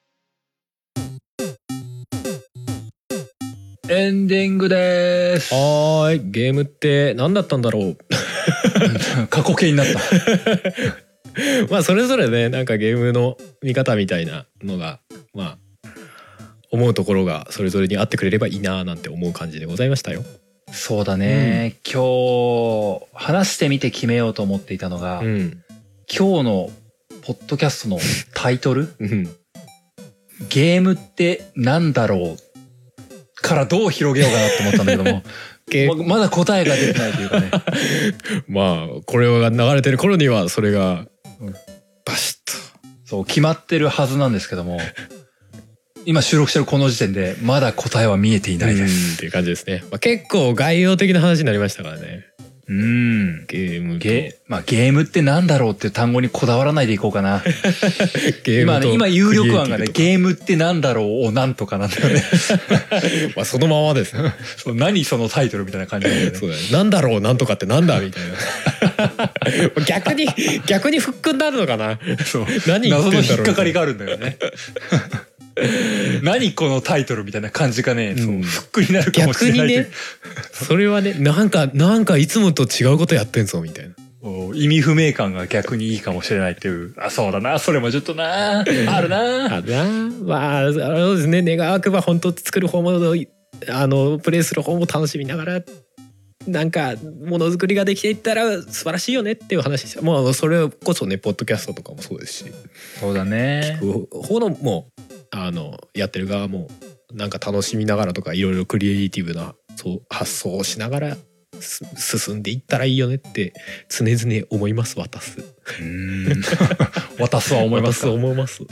オエンディングです。 はい、ゲームって何だったんだろう過去形になったまあそれぞれねなんかゲームの見方みたいなのがまあ思うところがそれぞれに合ってくれればいいななんて思う感じでございましたよ。 そうだね、うん、今日話してみて決めようと思っていたのが、うん、今日のポッドキャストのタイトル、うん、ゲームってなんだろうからどう広げようかなと思ったんだけどもま, まだ答えが出てないというかねまあこれが流れてる頃にはそれがバシッとそう決まってるはずなんですけども今収録してるこの時点でまだ答えは見えていないですっていう感じですね、まあ、結構概要的な話になりましたからね。 うん、ゲームゲー、まあ、ゲームってなんだろうっていう単語にこだわらないでいこうかなゲームと今ね今有力案がねゲームってなんだろうをなんとかなんだよねまあそのままですねそう何そのタイトルみたいな感じなんだよね。 そうだね、なんだろうなんとかってなんだみたいな逆に逆にフックになるのかな。そう何言ってんだろう、 謎の引っかかりがあるんだよね何このタイトルみたいな感じかね、うん、そうフックになるかもしれない。逆にねそれはねなんかなんかいつもと違うことやってんぞみたいな意味不明感が逆にいいかもしれないっていう。あ、そうだな、それもちょっとなあるなあるな。 まあそうですね、願わくば本当作る方もあのプレイする方も楽しみながらなんかものづくりができていったら素晴らしいよねっていう話です。もうそれこそねポッドキャストとかもそうですし、 そうだね、 聞く方のもあのやってる側もなんか楽しみながらとかいろいろクリエイティブなそう発想をしながら進んでいったらいいよねって常々思います。渡すうーん渡すは思いますか。 渡す思います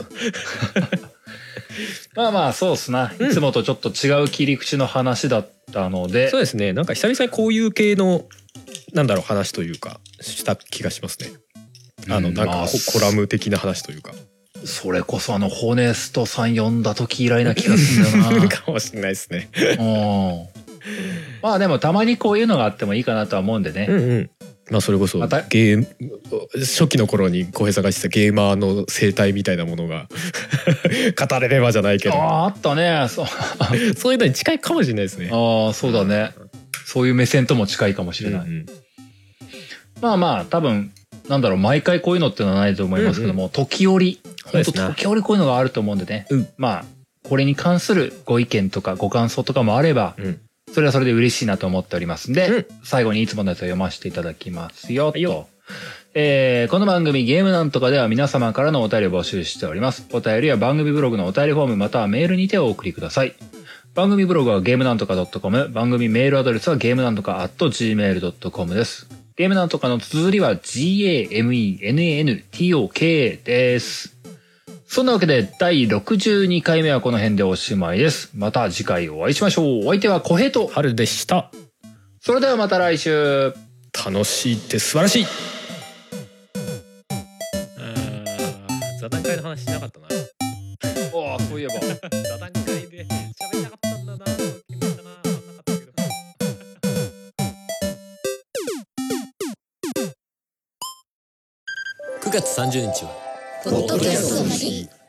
まあまあそうっすな、うん、いつもとちょっと違う切り口の話だったので、 そうですね、なんか久々にこういう系のなんだろう話というかした気がしますね。あのなんかコラム的な話というか、 それこそあのホネストさん読んだ時以来な気がするんだよなかもしれないですねうんまあでもたまにこういうのがあってもいいかなとは思うんでね、 うんうん、まあそれこそゲーム初期の頃に小平さんがしてたゲーマーの生態みたいなものが語れればじゃないけど、 あああったねそうそういうのに近いかもしれないですね。 ああそうだね、うん、そういう目線とも近いかもしれない、うんうん、まあまあ多分なんだろう毎回こういうのってのはないと思いますけども、うんうん、時折本当時折こういうのがあると思うんでね、うん、まあこれに関するご意見とかご感想とかもあれば、うん、それはそれで嬉しいなと思っておりますんで、うん、最後にいつものやつを読ませていただきますよと、はいよ、えー、この番組ゲームなんとかでは皆様からのお便りを募集しております。お便りは番組ブログのお便りフォームまたはメールにてお送りください。番組ブログはゲームなんとか .com、 番組メールアドレスはゲームなんとか アットジーメールドットコム です。ゲームなんとかの綴りは ジーエーエムイーエヌエヌティーオーケー です。そんなわけでだいろくじゅうにかいめはこの辺でおしまいです。また次回お会いしましょう。お相手は小平と春でした。 それではまた来週。 楽しいって素晴らしい。座談会の話しなかったな。 ああそういえば座談会で喋りなかったんだな。くがつさんじゅうにちはポッドキャストの日。